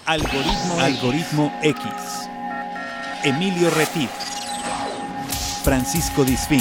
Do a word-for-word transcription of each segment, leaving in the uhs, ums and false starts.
Algoritmo, Algoritmo X. Emilio Retif. Francisco Disfín.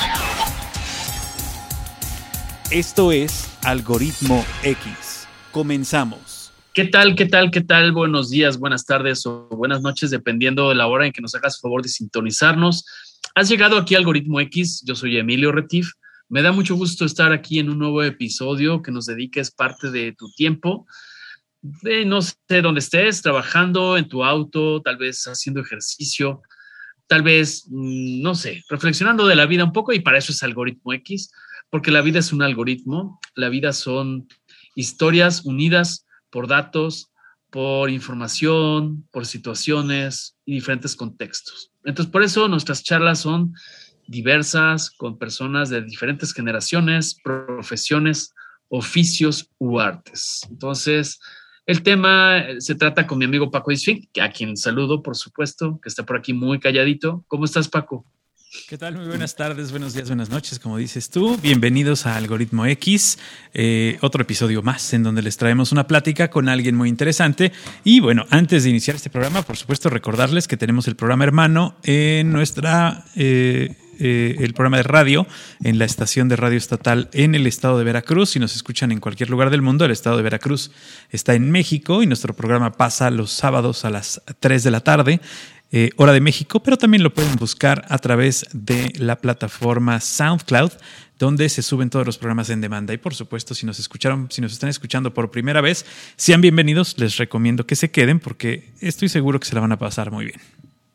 Esto es Algoritmo X. Comenzamos. ¿Qué tal, qué tal, qué tal? Buenos días, buenas tardes o buenas noches, dependiendo de la hora en que nos hagas favor de sintonizarnos. Has llegado aquí a Algoritmo X, yo soy Emilio Retif. Me da mucho gusto estar aquí en un nuevo episodio que nos dediques parte de tu tiempo. De, no sé dónde estés, trabajando en tu auto, tal vez haciendo ejercicio, tal vez, no sé, reflexionando de la vida un poco, y para eso es Algoritmo X, porque la vida es un algoritmo, la vida son historias unidas por datos, por información, por situaciones y diferentes contextos. Entonces, por eso nuestras charlas son diversas, con personas de diferentes generaciones, profesiones, oficios u artes. Entonces, el tema se trata con mi amigo Paco Disfín, a quien saludo, por supuesto, que está por aquí muy calladito. ¿Cómo estás, Paco? ¿Qué tal? Muy buenas tardes, buenos días, buenas noches, como dices tú. Bienvenidos a Algoritmo X, eh, otro episodio más en donde les traemos una plática con alguien muy interesante. Y bueno, antes de iniciar este programa, por supuesto, recordarles que tenemos el programa hermano en nuestra... Eh, Eh, el programa de radio en la estación de radio estatal en el estado de Veracruz. Si nos escuchan en cualquier lugar del mundo, el estado de Veracruz está en México y nuestro programa pasa los sábados a las tres de la tarde, eh, hora de México, pero también lo pueden buscar a través de la plataforma SoundCloud, donde se suben todos los programas en demanda. Y por supuesto, si nos escucharon, si nos están escuchando por primera vez, sean bienvenidos. Les recomiendo que se queden porque estoy seguro que se la van a pasar muy bien.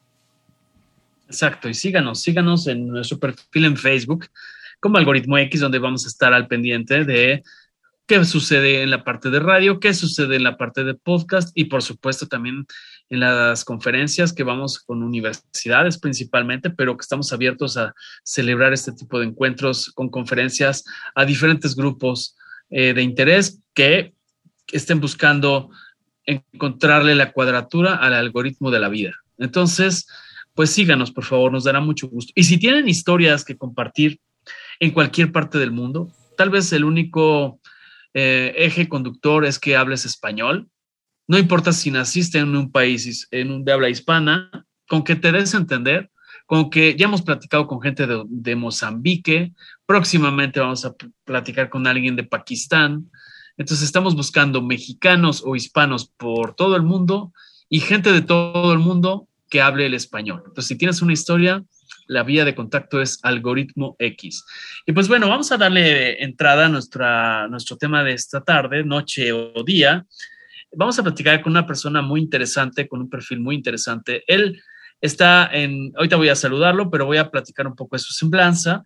Exacto, y síganos, síganos en nuestro perfil en Facebook como Algoritmo X, donde vamos a estar al pendiente de qué sucede en la parte de radio, qué sucede en la parte de podcast y por supuesto también en las conferencias que vamos con universidades principalmente, pero que estamos abiertos a celebrar este tipo de encuentros con conferencias a diferentes grupos eh, de interés que estén buscando encontrarle la cuadratura al algoritmo de la vida. Entonces, pues síganos, por favor, nos dará mucho gusto. Y si tienen historias que compartir en cualquier parte del mundo, tal vez el único eh, eje conductor es que hables español. No importa si naciste en un país en un, de habla hispana, con que te des a entender, con que ya hemos platicado con gente de, de Mozambique, próximamente vamos a platicar con alguien de Pakistán. Entonces estamos buscando mexicanos o hispanos por todo el mundo y gente de todo el mundo que hable el español. Entonces, si tienes una historia, la vía de contacto es Algoritmo X. Y pues bueno, vamos a darle entrada a nuestra, nuestro tema de esta tarde, noche o día. Vamos a platicar con una persona muy interesante, con un perfil muy interesante. Él está en, ahorita voy a saludarlo, pero voy a platicar un poco de su semblanza.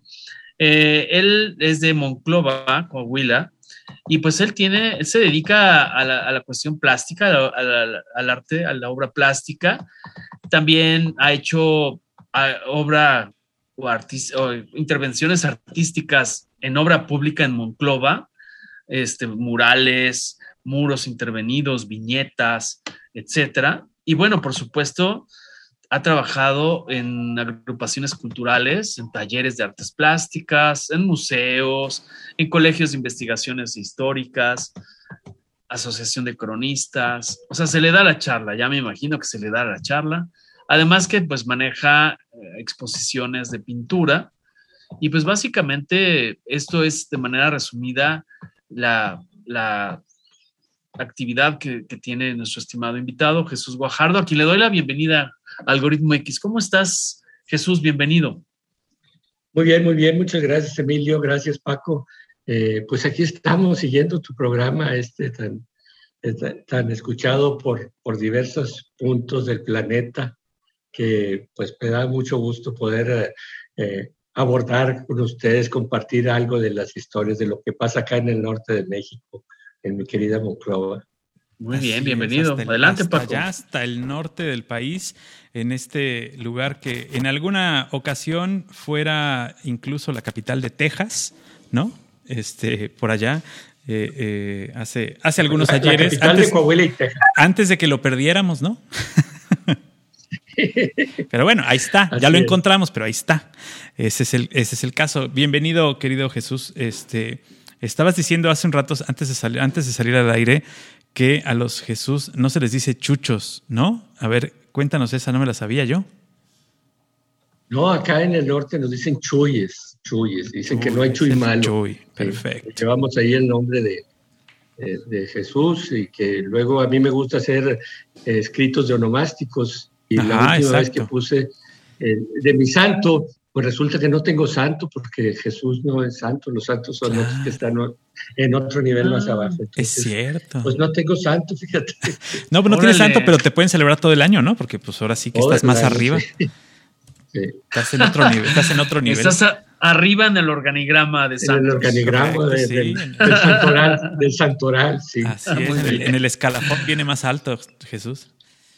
Eh, él es de Monclova, Coahuila, y pues él tiene, él se dedica a la, a la cuestión plástica, a la, a la, al arte, a la obra plástica. También ha hecho a, obra o, artis, o intervenciones artísticas en obra pública en Monclova, este, murales, muros intervenidos, viñetas, etcétera. Y bueno, por supuesto, ha trabajado en agrupaciones culturales, en talleres de artes plásticas, en museos, en colegios de investigaciones históricas, asociación de cronistas. O sea, se le da la charla, ya me imagino que se le da la charla. Además que pues maneja eh, exposiciones de pintura y pues básicamente esto es de manera resumida la, la actividad que, que tiene nuestro estimado invitado, Jesús Guajardo, a quien le doy la bienvenida a Algoritmo X. ¿Cómo estás, Jesús? Bienvenido. Muy bien, muy bien. Muchas gracias, Emilio. Gracias, Paco. Eh, pues aquí estamos siguiendo tu programa este tan, tan, tan escuchado por, por diversos puntos del planeta, que pues me da mucho gusto poder eh, abordar con ustedes, compartir algo de las historias de lo que pasa acá en el norte de México, en mi querida Monclova. Muy bien, bienvenido. El, Adelante, hasta Paco. Allá, hasta el norte del país, en este lugar que en alguna ocasión fuera incluso la capital de Texas, ¿no? Este, por allá, eh, eh, hace, hace algunos la, ayeres. La capital antes, de Coahuila y Texas. Antes de que lo perdiéramos, ¿no? Pero bueno, ahí está, Así ya lo es. encontramos, pero ahí está. Ese es el, ese es el caso. Bienvenido, querido Jesús. Este, estabas diciendo hace un rato, antes de salir, antes de salir al aire, que a los Jesús no se les dice chuchos, ¿no? A ver, cuéntanos esa, no me la sabía yo. No, acá en el norte nos dicen chuyes, chuyes. Dicen Chuy, que no hay chuy malo. Chuy, perfecto. Sí, llevamos ahí el nombre de, de, de Jesús y que luego a mí me gusta hacer eh, escritos de onomásticos. Y Ajá, la última exacto. vez que puse eh, de mi santo, pues resulta que no tengo santo porque Jesús no es santo. Los santos son claro. los que están en otro nivel ah, más abajo. Entonces, es cierto. Pues no tengo santo, fíjate. No, pues no tienes santo, pero te pueden celebrar todo el año, ¿no? Porque pues ahora sí que estás más año, arriba. Sí. Sí. Estás en otro nivel. Estás en otro nivel. Estás a, arriba en el organigrama de Santos. En el organigrama de, sí. del, del santoral, del santoral, sí. Así es, en el, en el escalafón viene más alto Jesús.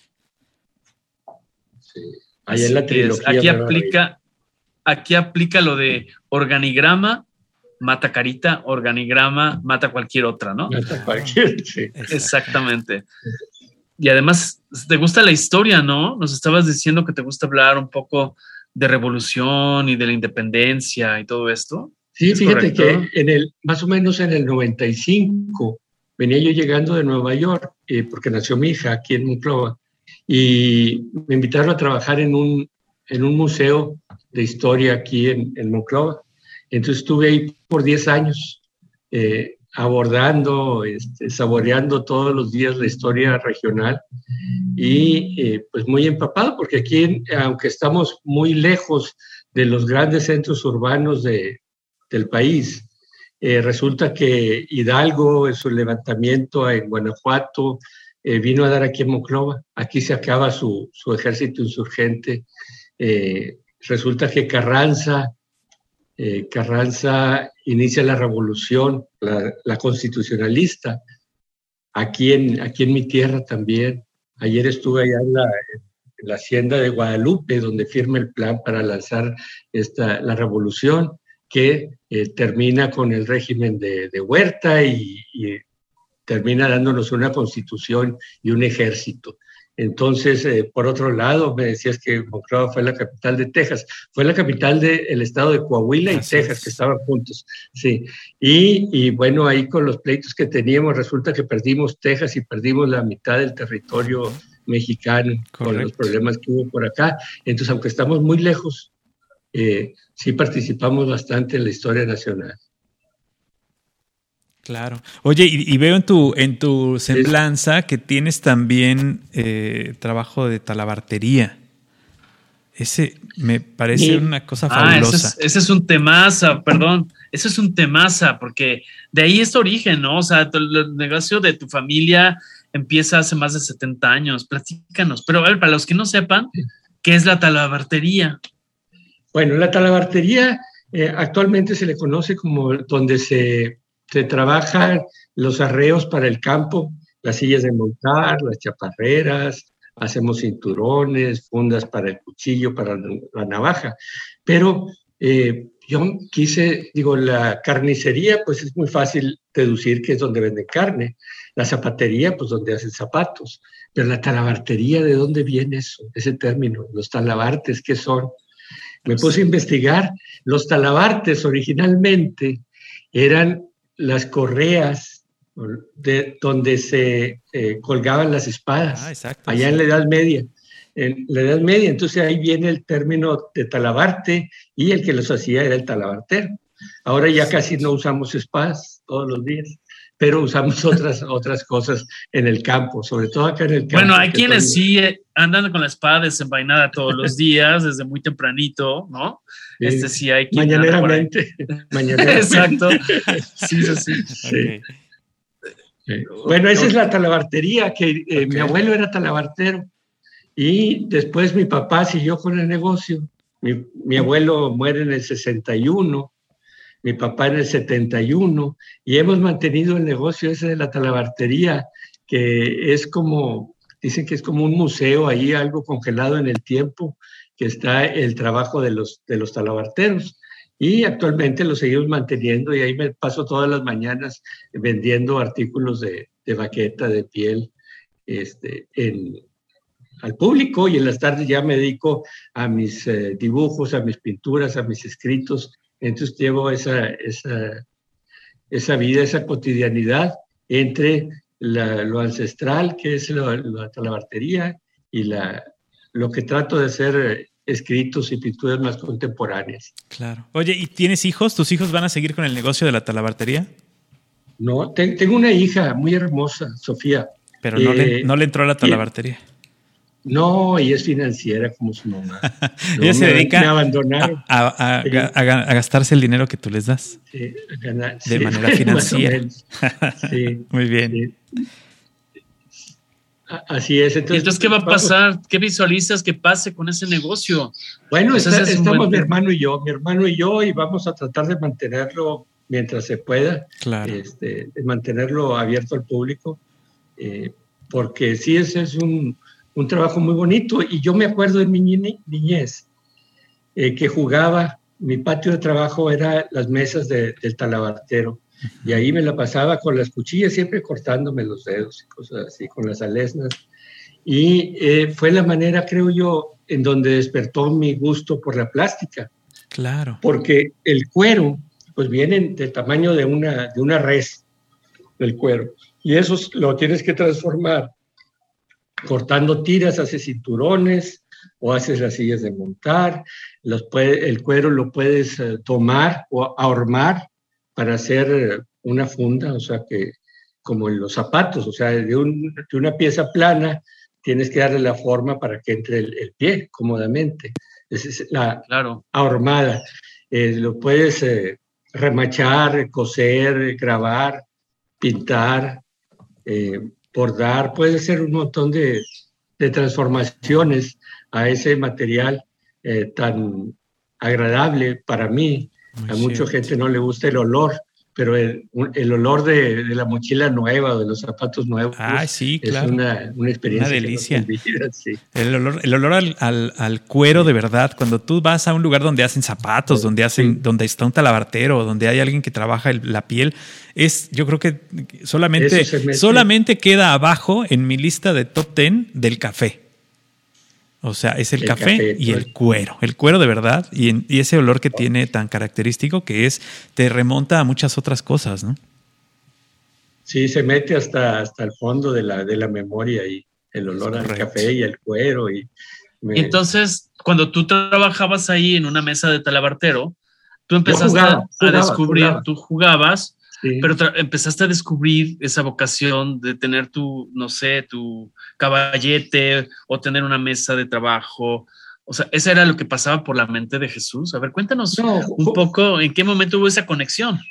Sí. Ahí en la trilogía. Aquí aplica, aquí aplica lo de organigrama, mata carita, organigrama, mata cualquier otra, ¿no? Mata cualquier, sí. Exactamente. Y además, te gusta la historia, ¿no? Nos estabas diciendo que te gusta hablar un poco de revolución y de la independencia y todo esto. Sí, fíjate correcto? que en el, más o menos en el noventa y cinco venía yo llegando de Nueva York, eh, porque nació mi hija aquí en Monclova, y me invitaron a trabajar en un, en un museo de historia aquí en, en Monclova. Entonces estuve ahí por diez años, eh, abordando, este, saboreando todos los días la historia regional y eh, pues muy empapado, porque aquí, aunque estamos muy lejos de los grandes centros urbanos de, del país, eh, resulta que Hidalgo, en su levantamiento en Guanajuato, eh, vino a dar aquí en Monclova. Aquí se acaba su, su ejército insurgente. Eh, resulta que Carranza Eh, Carranza inicia la revolución, la, la constitucionalista, aquí en, aquí en mi tierra también. Ayer estuve allá en la, en la hacienda de Guadalupe, donde firma el plan para lanzar esta, la revolución, que eh, termina con el régimen de, de Huerta y, y termina dándonos una constitución y un ejército. Entonces, eh, por otro lado, me decías que Monclova fue la capital de Texas. Fue la capital del estado de Coahuila y Así Texas, es. que estaban juntos. Sí. Y, y bueno, ahí con los pleitos que teníamos, resulta que perdimos Texas y perdimos la mitad del territorio mexicano. Correcto. Con los problemas que hubo por acá. Entonces, aunque estamos muy lejos, eh, sí participamos bastante en la historia nacional. Claro. Oye, y, y veo en tu en tu semblanza que tienes también eh, trabajo de talabartería. Ese me parece sí. una cosa ah, fabulosa. Ese es, ese es un temaza, perdón. Ese es un temaza, porque de ahí es tu origen, ¿no? O sea, el negocio de tu familia empieza hace más de setenta años. Platícanos. Pero a ver, para los que no sepan, ¿qué es la talabartería? Bueno, la talabartería eh, actualmente se le conoce como donde se... Se trabajan los arreos para el campo, las sillas de montar, las chaparreras, hacemos cinturones, fundas para el cuchillo, para la navaja. Pero eh, yo quise, digo, la carnicería, pues es muy fácil deducir que es donde venden carne. La zapatería, pues donde hacen zapatos. Pero la talabartería, ¿de dónde viene eso? Ese término, los talabartes, ¿qué son? Me puse a investigar. Los talabartes originalmente eran las correas de donde se eh, colgaban las espadas, ah, exacto, allá sí. en la Edad Media. En la Edad Media, entonces ahí viene el término de talabarte y el que los hacía era el talabartero. Ahora ya casi no usamos espadas todos los días, pero usamos otras, otras cosas en el campo, sobre todo acá en el campo. Bueno, hay quienes todo... sí andan con la espada desenvainada todos los días, desde muy tempranito, ¿no? Sí. Este sí hay quien Mañaneramente. Mañaneramente. Exacto. Sí, sí, sí. sí. Okay. sí. Bueno, esa es la talabartería, que eh, okay. mi abuelo era talabartero y después mi papá siguió con el negocio. Mi, mi abuelo muere en el sesenta y uno, mi papá en el setenta y uno, y hemos mantenido el negocio ese de la talabartería, que es como, dicen que es como un museo ahí, algo congelado en el tiempo, que está el trabajo de los, de los talabarteros. Y actualmente lo seguimos manteniendo y ahí me paso todas las mañanas vendiendo artículos de, de baqueta, de piel, este, en, al público, y en las tardes ya me dedico a mis eh, dibujos, a mis pinturas, a mis escritos. Entonces llevo esa, esa, esa vida, esa cotidianidad entre la, lo ancestral, que es lo, la talabartería, y la, lo que trato de hacer escritos y pinturas más contemporáneas. Claro. Oye, ¿y tienes hijos? ¿Tus hijos van a seguir con el negocio de la talabartería? No, te, tengo una hija muy hermosa, Sofía. Pero no, eh, le, no le entró a la talabartería. No, ella es financiera como su mamá. No, ella se me, dedica me abandonaron. A, a, a, sí. a, a gastarse el dinero que tú les das. Sí, a ganar, de sí, manera financiera. Sí, muy bien. Sí. Así es. Entonces, ¿Y entonces qué va a pasar? Vamos. ¿Qué visualizas que pase con ese negocio? Bueno, está, estamos buen... mi hermano y yo, mi hermano y yo, y vamos a tratar de mantenerlo mientras se pueda, claro. este, de mantenerlo abierto al público, eh, porque sí, ese es un, un trabajo muy bonito. Y yo me acuerdo de mi niñez, eh, que jugaba, mi patio de trabajo era las mesas de, del talabartero. Y ahí me la pasaba con las cuchillas, siempre cortándome los dedos y cosas así, con las aleznas. Y eh, fue la manera, creo yo, en donde despertó mi gusto por la plástica. Claro. Porque el cuero, pues viene del tamaño de una, de una res, el cuero. Y eso lo tienes que transformar cortando tiras, haces cinturones o haces las sillas de montar. Los puede, el cuero lo puedes uh, tomar o ahormar para hacer una funda, o sea que como en los zapatos, o sea, de, un, de una pieza plana tienes que darle la forma para que entre el, el pie cómodamente. Esa es la claro. ahormada. Eh, lo puedes eh, remachar, coser, grabar, pintar, eh, bordar, puedes hacer un montón de, de transformaciones a ese material eh, tan agradable para mí. Muy a mucha cierto. gente no le gusta el olor, pero el, el olor de, de la mochila nueva o de los zapatos nuevos ah, sí, claro. es una, una experiencia. Una delicia. Que no se olvida, sí. El olor, el olor al, al, al cuero de verdad. Cuando tú vas a un lugar donde hacen zapatos, sí. donde hacen, sí. donde está un talabartero, donde hay alguien que trabaja el, la piel, es, yo creo que solamente, solamente queda abajo en mi lista de top ten del café. O sea, es el, el café, café y el cuero, el cuero de verdad, y, en, y ese olor que oh. tiene tan característico que es, te remonta a muchas otras cosas, ¿no? Sí, se mete hasta, hasta el fondo de la, de la memoria y el olor al café y el cuero. Y me... Entonces, cuando tú trabajabas ahí en una mesa de talabartero, tú empezaste jugaba, a jugaba, descubrir, jugaba. tú jugabas, sí. pero empezaste a descubrir esa vocación de tener tu, no sé, tu caballete o tener una mesa de trabajo. O sea, ¿eso era lo que pasaba por la mente de Jesús? A ver, cuéntanos no, un poco en qué momento hubo esa conexión.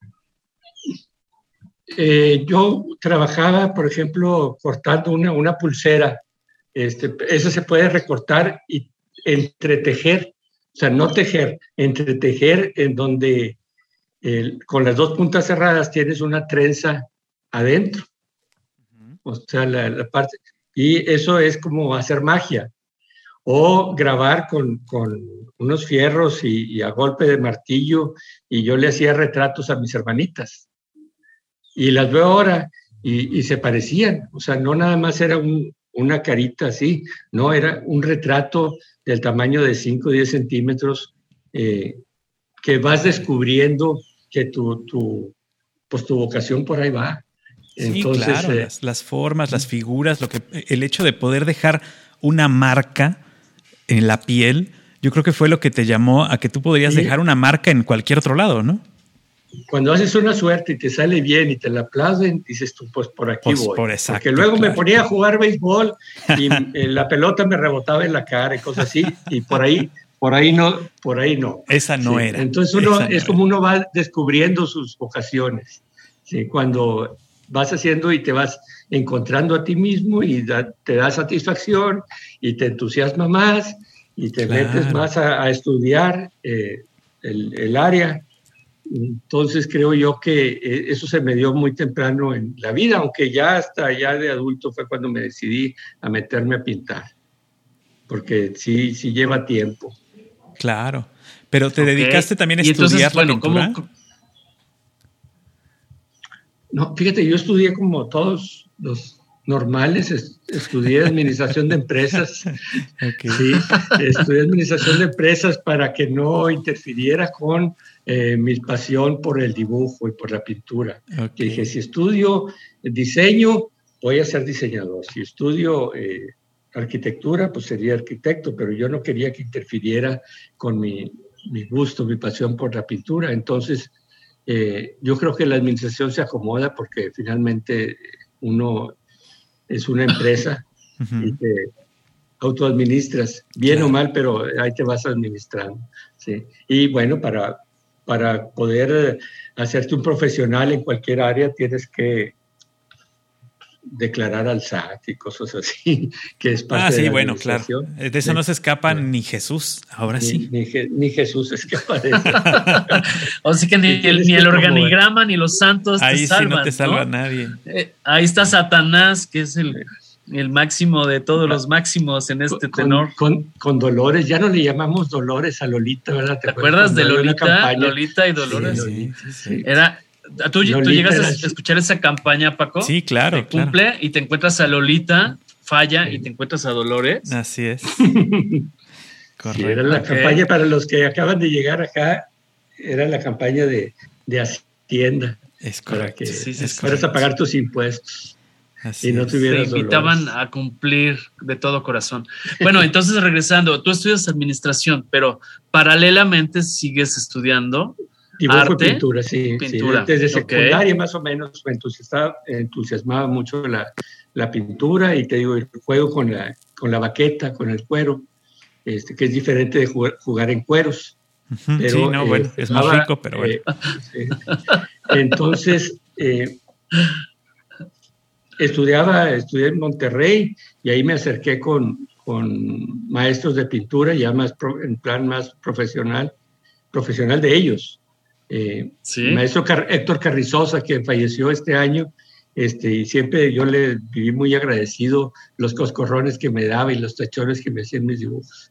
Eh, yo trabajaba, por ejemplo, cortando una, una pulsera. Este, eso se puede recortar y entretejer, o sea, no tejer, entretejer en donde el, con las dos puntas cerradas tienes una trenza adentro. O sea, la, la parte... Y eso es como hacer magia. O grabar con, con unos fierros y, y a golpe de martillo, y yo le hacía retratos a mis hermanitas. Y las veo ahora y, y se parecían. O sea, no nada más era un, una carita así, no, era un retrato del tamaño de cinco o diez centímetros eh, que vas descubriendo que tu, tu, pues tu vocación por ahí va. Entonces, sí, claro, eh, las, las formas, las figuras, lo que, el hecho de poder dejar una marca en la piel, yo creo que fue lo que te llamó a que tú podrías sí. dejar una marca en cualquier otro lado, ¿no? Cuando haces una suerte y te sale bien y te la aplauden, dices tú, pues por aquí pues voy. Por exacto, Porque luego claro. me ponía a jugar béisbol y eh, la pelota me rebotaba en la cara y cosas así, y por ahí, por ahí no, por ahí no. Esa no sí. era. Entonces uno, Esa no es era. como uno va descubriendo sus vocaciones. ¿Sí? Cuando vas haciendo y te vas encontrando a ti mismo y da, te da satisfacción y te entusiasma más y te claro. metes más a, a estudiar eh, el, el área. Entonces creo yo que eso se me dio muy temprano en la vida, aunque ya hasta ya de adulto fue cuando me decidí a meterme a pintar, porque sí, sí lleva tiempo. Claro, pero te okay. dedicaste también a estudiar entonces, la bueno, pintura. ¿Cómo? No, fíjate, yo estudié como todos los, normales, es, estudié administración de empresas. Okay. Sí, estudié administración de empresas para que no interfiriera con eh, mi pasión por el dibujo y por la pintura. Okay. Que dije, si estudio diseño, voy a ser diseñador. Si estudio eh, arquitectura, pues sería arquitecto, pero yo no quería que interfiriera con mi, mi gusto, mi pasión por la pintura. Entonces, eh, yo creo que la administración se acomoda porque finalmente uno es una empresa uh-huh. y te autoadministras, bien claro. o mal, pero ahí te vas administrando. ¿Sí? Y bueno, para, para poder hacerte un profesional en cualquier área tienes que declarar al S A T y cosas así, que es parte ah, sí, de la bueno, claro. De eso no se escapa ni Jesús, ahora ni, sí. Ni, ni Jesús se escapa de eso. O sea que ni el, ni el organigrama como, ni los santos ahí te salvan. Ahí sí no te salva ¿no? nadie. Eh, ahí está Satanás, que es el, el máximo de todos los máximos en este con, tenor. Con, con Dolores, ya no le llamamos Dolores a Lolita, ¿verdad? ¿Te, ¿Te acuerdas de Lolita? Lolita y Dolores. Sí, Lolita, sí, sí. Era... ¿Tú, ¿Tú llegas a escuchar esa campaña, Paco? Sí, claro. Te cumple claro. y te encuentras a Lolita, falla y te encuentras a Dolores. Así es. Correcto. Sí, era la okay. campaña para los que acaban de llegar acá, era la campaña de, de Hacienda. Es para correcto. que sí, sí, fueras a pagar tus impuestos. Así y no tuvieras te invitaban dolores. A cumplir de todo corazón. Bueno, entonces regresando, tú estudias administración, pero paralelamente sigues estudiando dibujo arte, y pintura, sí, pintura. sí. Desde secundaria okay. más o menos me entusiasmaba, entusiasmaba mucho la, la pintura y te digo, el juego con la, con la baqueta, con el cuero, este, que es diferente de jugar, jugar en cueros. Uh-huh. Pero, sí, no, eh, bueno, es más rico, pero bueno. Eh, sí. Entonces, eh, estudiaba, estudié en Monterrey y ahí me acerqué con, con maestros de pintura, ya más pro, en plan más profesional, profesional de ellos. Eh, ¿Sí? El maestro Car- Héctor Carrizosa, que falleció este año, este, y siempre yo le viví muy agradecido los coscorrones que me daba y los tachones que me hacían mis dibujos.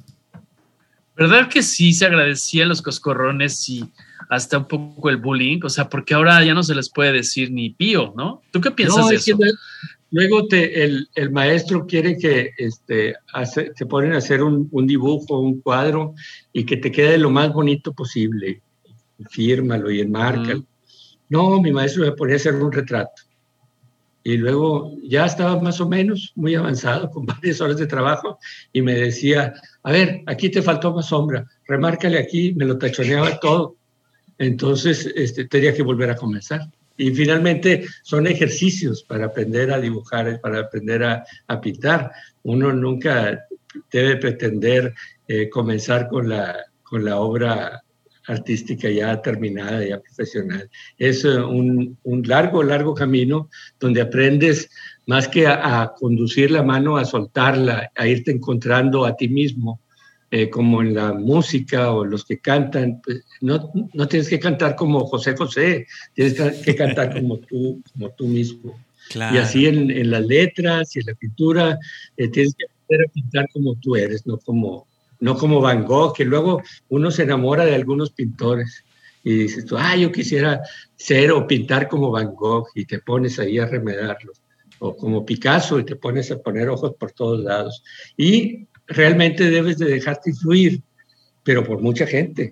¿Verdad que sí se agradecía los coscorrones y hasta un poco el bullying? O sea, porque ahora ya no se les puede decir ni pío, ¿no? ¿Tú qué piensas no, de es eso? Que luego te, el, el maestro quiere que este, hace, te ponen a hacer un, un dibujo, un cuadro, y que te quede lo más bonito posible. Fírmalo y enmárcalo. Uh-huh. No, mi maestro me ponía a hacer un retrato. Y luego ya estaba más o menos muy avanzado, con varias horas de trabajo, y me decía, a ver, aquí te faltó más sombra, remárcale aquí, me lo tachoneaba todo. Entonces este, tenía que volver a comenzar. Y finalmente son ejercicios para aprender a dibujar, para aprender a, a pintar. Uno nunca debe pretender eh, comenzar con la, con la obra artística ya terminada, ya profesional. Es uh, un, un largo, largo camino donde aprendes más que a, a conducir la mano, a soltarla, a irte encontrando a ti mismo, eh, como en la música o los que cantan. Pues, no, no tienes que cantar como José José, tienes que cantar como tú, como tú mismo. Claro. Y así en, en las letras y en la pintura, eh, tienes que aprender a pintar como tú eres, no como... no como Van Gogh, que luego uno se enamora de algunos pintores y dices tú, ah, yo quisiera ser o pintar como Van Gogh, y te pones ahí a remedarlos, o como Picasso y te pones a poner ojos por todos lados. Y realmente debes de dejarte influir, pero por mucha gente.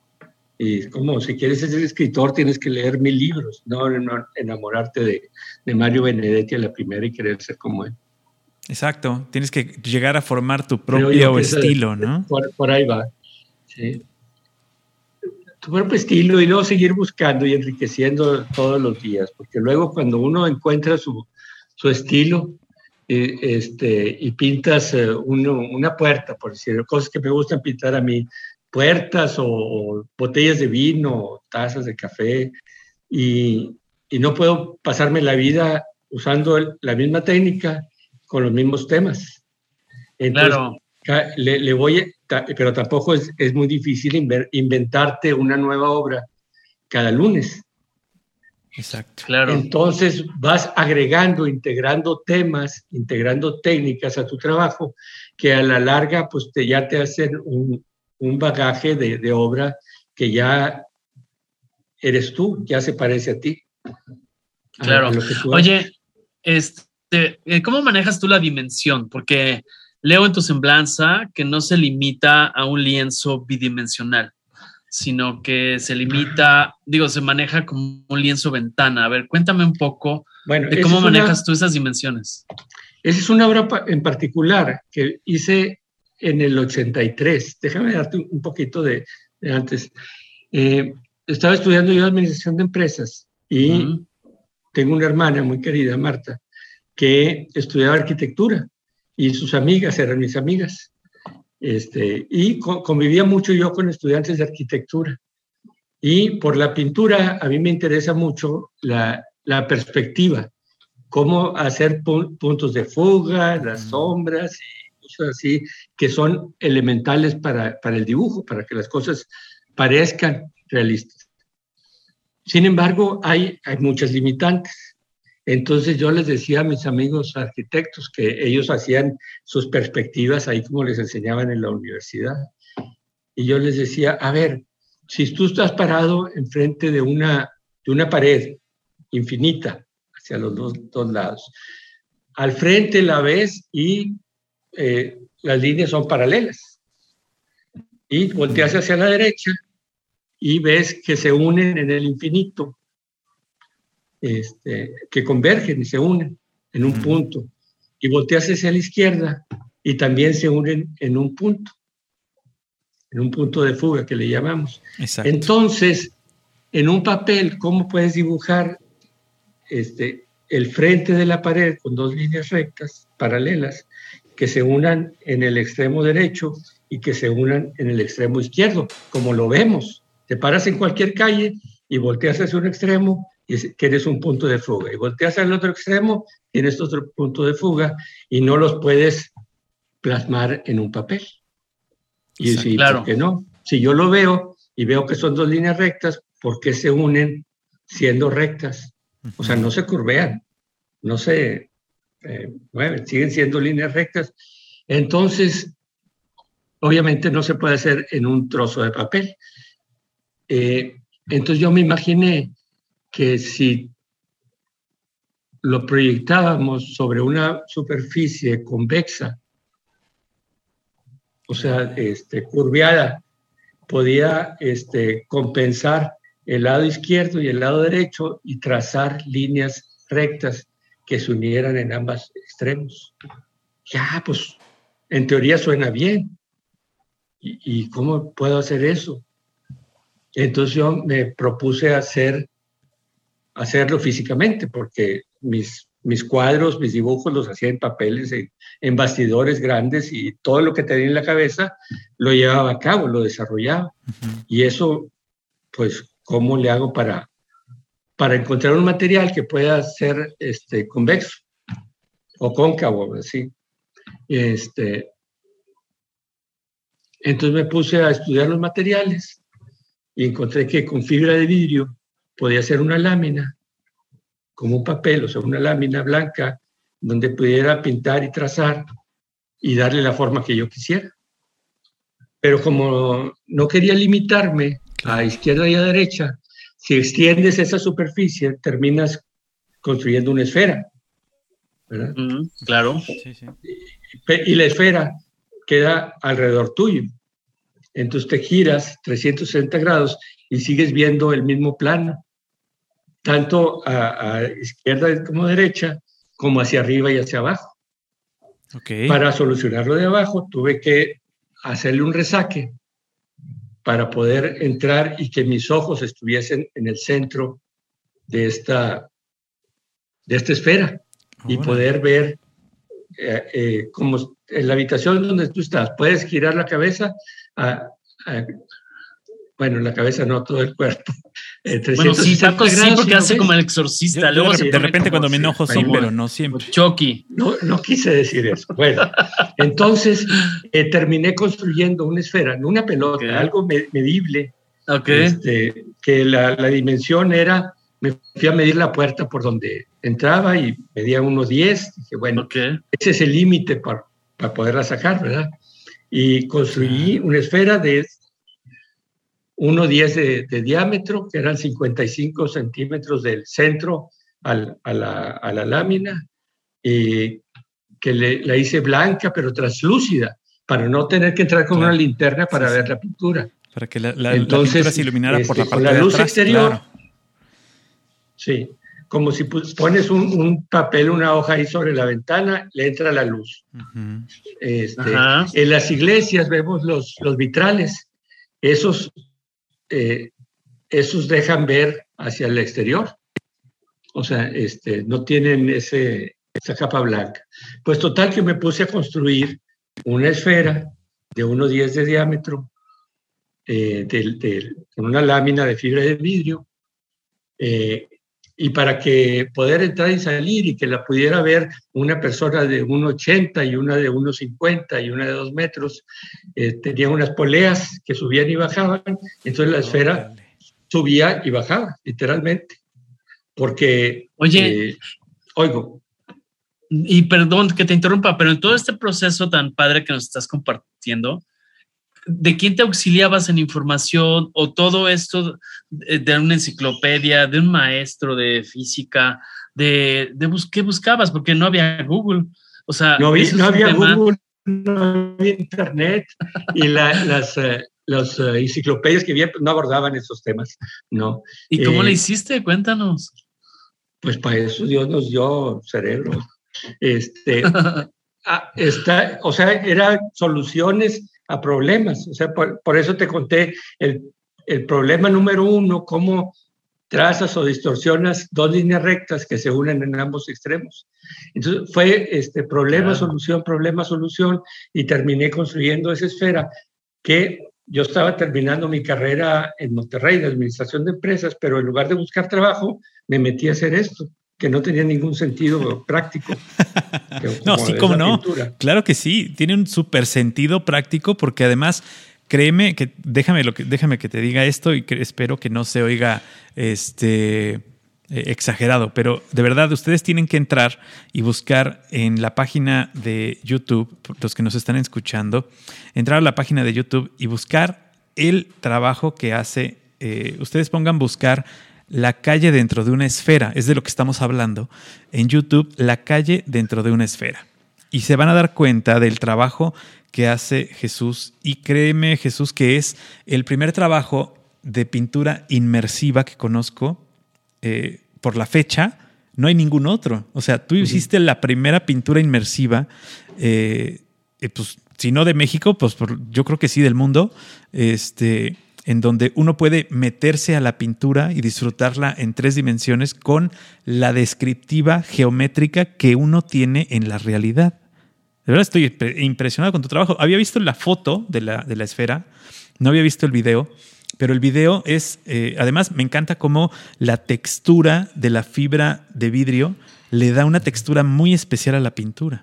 Y como si quieres ser escritor tienes que leer mil libros, no, no enamorarte de, de Mario Benedetti a la primera y querer ser como él. Exacto, tienes que llegar a formar tu propio estilo, es, ¿no? Por, por ahí va, sí. Tu propio estilo y luego seguir buscando y enriqueciendo todos los días, porque luego cuando uno encuentra su, su estilo eh, este, y pintas eh, uno, una puerta, por decir, cosas que me gustan pintar a mí, puertas o, o botellas de vino, o tazas de café, y, y no puedo pasarme la vida usando el, la misma técnica, con los mismos temas. Entonces, claro. le, le voy a, pero tampoco es, es muy difícil inver, inventarte una nueva obra cada lunes. Exacto. Claro. Entonces vas agregando, integrando temas, integrando técnicas a tu trabajo, que a la larga pues te, ya te hacen un, un bagaje de, de obra que ya eres tú, ya se parece a ti. Claro. A, a lo que tú Oye, este te, ¿cómo manejas tú la dimensión? Porque leo en tu semblanza que no se limita a un lienzo bidimensional, sino que se limita, digo, se maneja como un lienzo ventana. A ver, cuéntame un poco bueno, de cómo manejas una, tú esas dimensiones. Esa es una obra en particular que hice en el ochenta y tres. Déjame darte un poquito de, de antes. Eh, estaba estudiando yo administración de empresas y uh-huh. tengo una hermana muy querida, Marta, que estudiaba arquitectura y sus amigas eran mis amigas. Este, y co- convivía mucho yo con estudiantes de arquitectura. Y por la pintura a mí me interesa mucho la, la perspectiva, cómo hacer pu- puntos de fuga, las sombras y cosas así, que son elementales para, para el dibujo, para que las cosas parezcan realistas. Sin embargo, hay, hay muchas limitantes. Entonces yo les decía a mis amigos arquitectos que ellos hacían sus perspectivas ahí como les enseñaban en la universidad. Y yo les decía, a ver, si tú estás parado enfrente de una, de una pared infinita hacia los dos, dos lados, al frente la ves y eh, las líneas son paralelas. Y volteas hacia la derecha y ves que se unen en el infinito. Este, que convergen y se unen en un punto, y volteas hacia la izquierda y también se unen en un punto, en un punto de fuga que le llamamos. Exacto. Entonces, en un papel, ¿cómo puedes dibujar este, el frente de la pared con dos líneas rectas, paralelas, que se unan en el extremo derecho y que se unan en el extremo izquierdo, como lo vemos? Te paras en cualquier calle y volteas hacia un extremo y que eres un punto de fuga, y volteas al otro extremo, tienes otro punto de fuga, y no los puedes plasmar en un papel. Y sí, claro. ¿Por qué no? Si yo lo veo y veo que son dos líneas rectas, ¿por qué se unen siendo rectas? O sea, no se curvean, no se eh, mueven, siguen siendo líneas rectas. Entonces, obviamente no se puede hacer en un trozo de papel. Eh, entonces yo me imaginé que si lo proyectábamos sobre una superficie convexa, o sea, este, curveada, podía este, compensar el lado izquierdo y el lado derecho y trazar líneas rectas que se unieran en ambos extremos. Ya, pues, en teoría suena bien. ¿Y, y cómo puedo hacer eso? Entonces yo me propuse hacer hacerlo físicamente, porque mis, mis cuadros, mis dibujos los hacía en papeles, en, en bastidores grandes, y todo lo que tenía en la cabeza lo llevaba a cabo, lo desarrollaba. Uh-huh. Y eso, pues, ¿cómo le hago para, para encontrar un material que pueda ser este, convexo o cóncavo, así? Este, entonces me puse a estudiar los materiales y encontré que con fibra de vidrio podía hacer una lámina, como un papel, o sea, una lámina blanca, donde pudiera pintar y trazar y darle la forma que yo quisiera. Pero como no quería limitarme a izquierda y a derecha, si extiendes esa superficie, terminas construyendo una esfera, ¿verdad? Mm, claro. Sí, sí. Y, y la esfera queda alrededor tuyo. Entonces te giras trescientos sesenta grados y sigues viendo el mismo plano, tanto a, a izquierda como a derecha, como hacia arriba y hacia abajo. Okay. Para solucionarlo de abajo, tuve que hacerle un resaque para poder entrar y que mis ojos estuviesen en el centro de esta, de esta esfera. Oh, y poder ver eh, eh, como en la habitación donde tú estás, puedes girar la cabeza a, a bueno, la cabeza no, todo el cuerpo. Eh, bueno, sí, Paco sí, porque hace ves. Como el exorcista. Yo, Luego yo se de repente cuando me enojo sí, pero no siempre. Chucky. No, no quise decir eso. Bueno, entonces eh, terminé construyendo una esfera, no una pelota, okay. Algo me, medible. Okay. Este, que la, la dimensión era, me fui a medir la puerta por donde entraba y medía unos diez. Dije, bueno, okay. Ese es el límite para, para poderla sacar, ¿verdad? Y construí una esfera de uno diez de, de diámetro, que eran cincuenta y cinco centímetros del centro al, a, la, a la lámina, eh, que le, la hice blanca pero translúcida, para no tener que entrar con claro. una linterna para sí, ver sí. la pintura. Para que la, la, Entonces, la pintura se iluminara este, por la parte con la luz de atrás, exterior. Claro. Sí, como si pones un, un papel, una hoja ahí sobre la ventana, le entra la luz. Uh-huh. Este, en las iglesias vemos los, los vitrales, esos, eh, esos dejan ver hacia el exterior. O sea, este, no tienen ese, esa capa blanca. Pues total que me puse a construir una esfera de uno diez de diámetro, eh, de, de, con una lámina de fibra de vidrio, eh, y para que poder entrar y salir y que la pudiera ver una persona de uno ochenta y una de uno cincuenta y una de dos metros, eh, tenía unas poleas que subían y bajaban, entonces la esfera oh, subía y bajaba, literalmente. Porque, oye, eh, oigo. Y perdón que te interrumpa, pero en todo este proceso tan padre que nos estás compartiendo, ¿de quién te auxiliabas en información o todo esto de una enciclopedia, de un maestro de física, de, de bus- qué buscabas? Porque no había Google. O sea, no, vi, no había tema. Google, no había internet y la, las, uh, las uh, enciclopedias que había no abordaban esos temas. No. ¿Y cómo eh, le hiciste? Cuéntanos. Pues para eso Dios nos dio cerebro. Este, ah, está, o sea, eran soluciones a problemas. O sea, por, por eso te conté el, el problema número uno, cómo trazas o distorsionas dos líneas rectas que se unen en ambos extremos. Entonces fue este, problema, claro. solución, problema, solución, y terminé construyendo esa esfera que yo estaba terminando mi carrera en Monterrey de administración de empresas, pero en lugar de buscar trabajo, me metí a hacer esto, que no tenía ningún sentido práctico. No, sí, cómo no. Pintura. Claro que sí, tiene un súper sentido práctico porque además, créeme, que déjame, lo que, déjame que te diga esto y que espero que no se oiga este, eh, exagerado, pero de verdad ustedes tienen que entrar y buscar en la página de YouTube, los que nos están escuchando, entrar a la página de YouTube y buscar el trabajo que hace, eh, ustedes pongan buscar la calle dentro de una esfera, es de lo que estamos hablando. En YouTube, la calle dentro de una esfera. Y se van a dar cuenta del trabajo que hace Jesús. Y créeme, Jesús, que es el primer trabajo de pintura inmersiva que conozco. Eh, por la fecha, no hay ningún otro. O sea, tú uh-huh. hiciste la primera pintura inmersiva, eh, eh, pues, si no de México, pues por, yo creo que sí del mundo, este... en donde uno puede meterse a la pintura y disfrutarla en tres dimensiones con la descriptiva geométrica que uno tiene en la realidad. De verdad estoy impresionado con tu trabajo. Había visto la foto de la, de la esfera, no había visto el video, pero el video es, eh, además me encanta cómo la textura de la fibra de vidrio le da una textura muy especial a la pintura.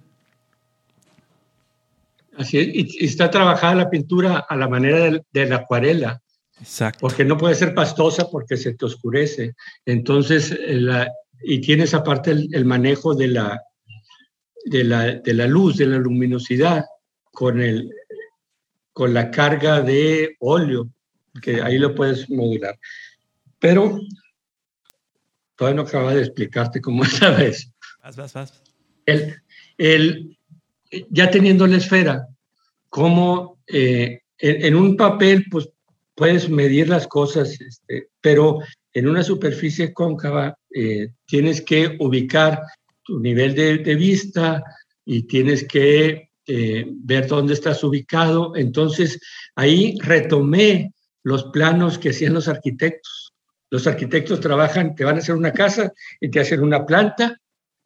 Así es, y, y está trabajada la pintura a la manera de, de la acuarela. Exacto. Porque no puede ser pastosa porque se te oscurece. Entonces, la, y tienes aparte el, el manejo de la, de, la, de la luz, de la luminosidad, con, el, con la carga de óleo, que ahí lo puedes modular. Pero todavía no acaba de explicarte cómo esta vez. Vas, vas, vas. El, el, ya teniendo la esfera, cómo eh, en, en un papel, pues, puedes medir las cosas, este, pero en una superficie cóncava eh, tienes que ubicar tu nivel de, de vista y tienes que eh, ver dónde estás ubicado. Entonces, ahí retomé los planos que hacían los arquitectos. Los arquitectos trabajan, te van a hacer una casa y te hacen una planta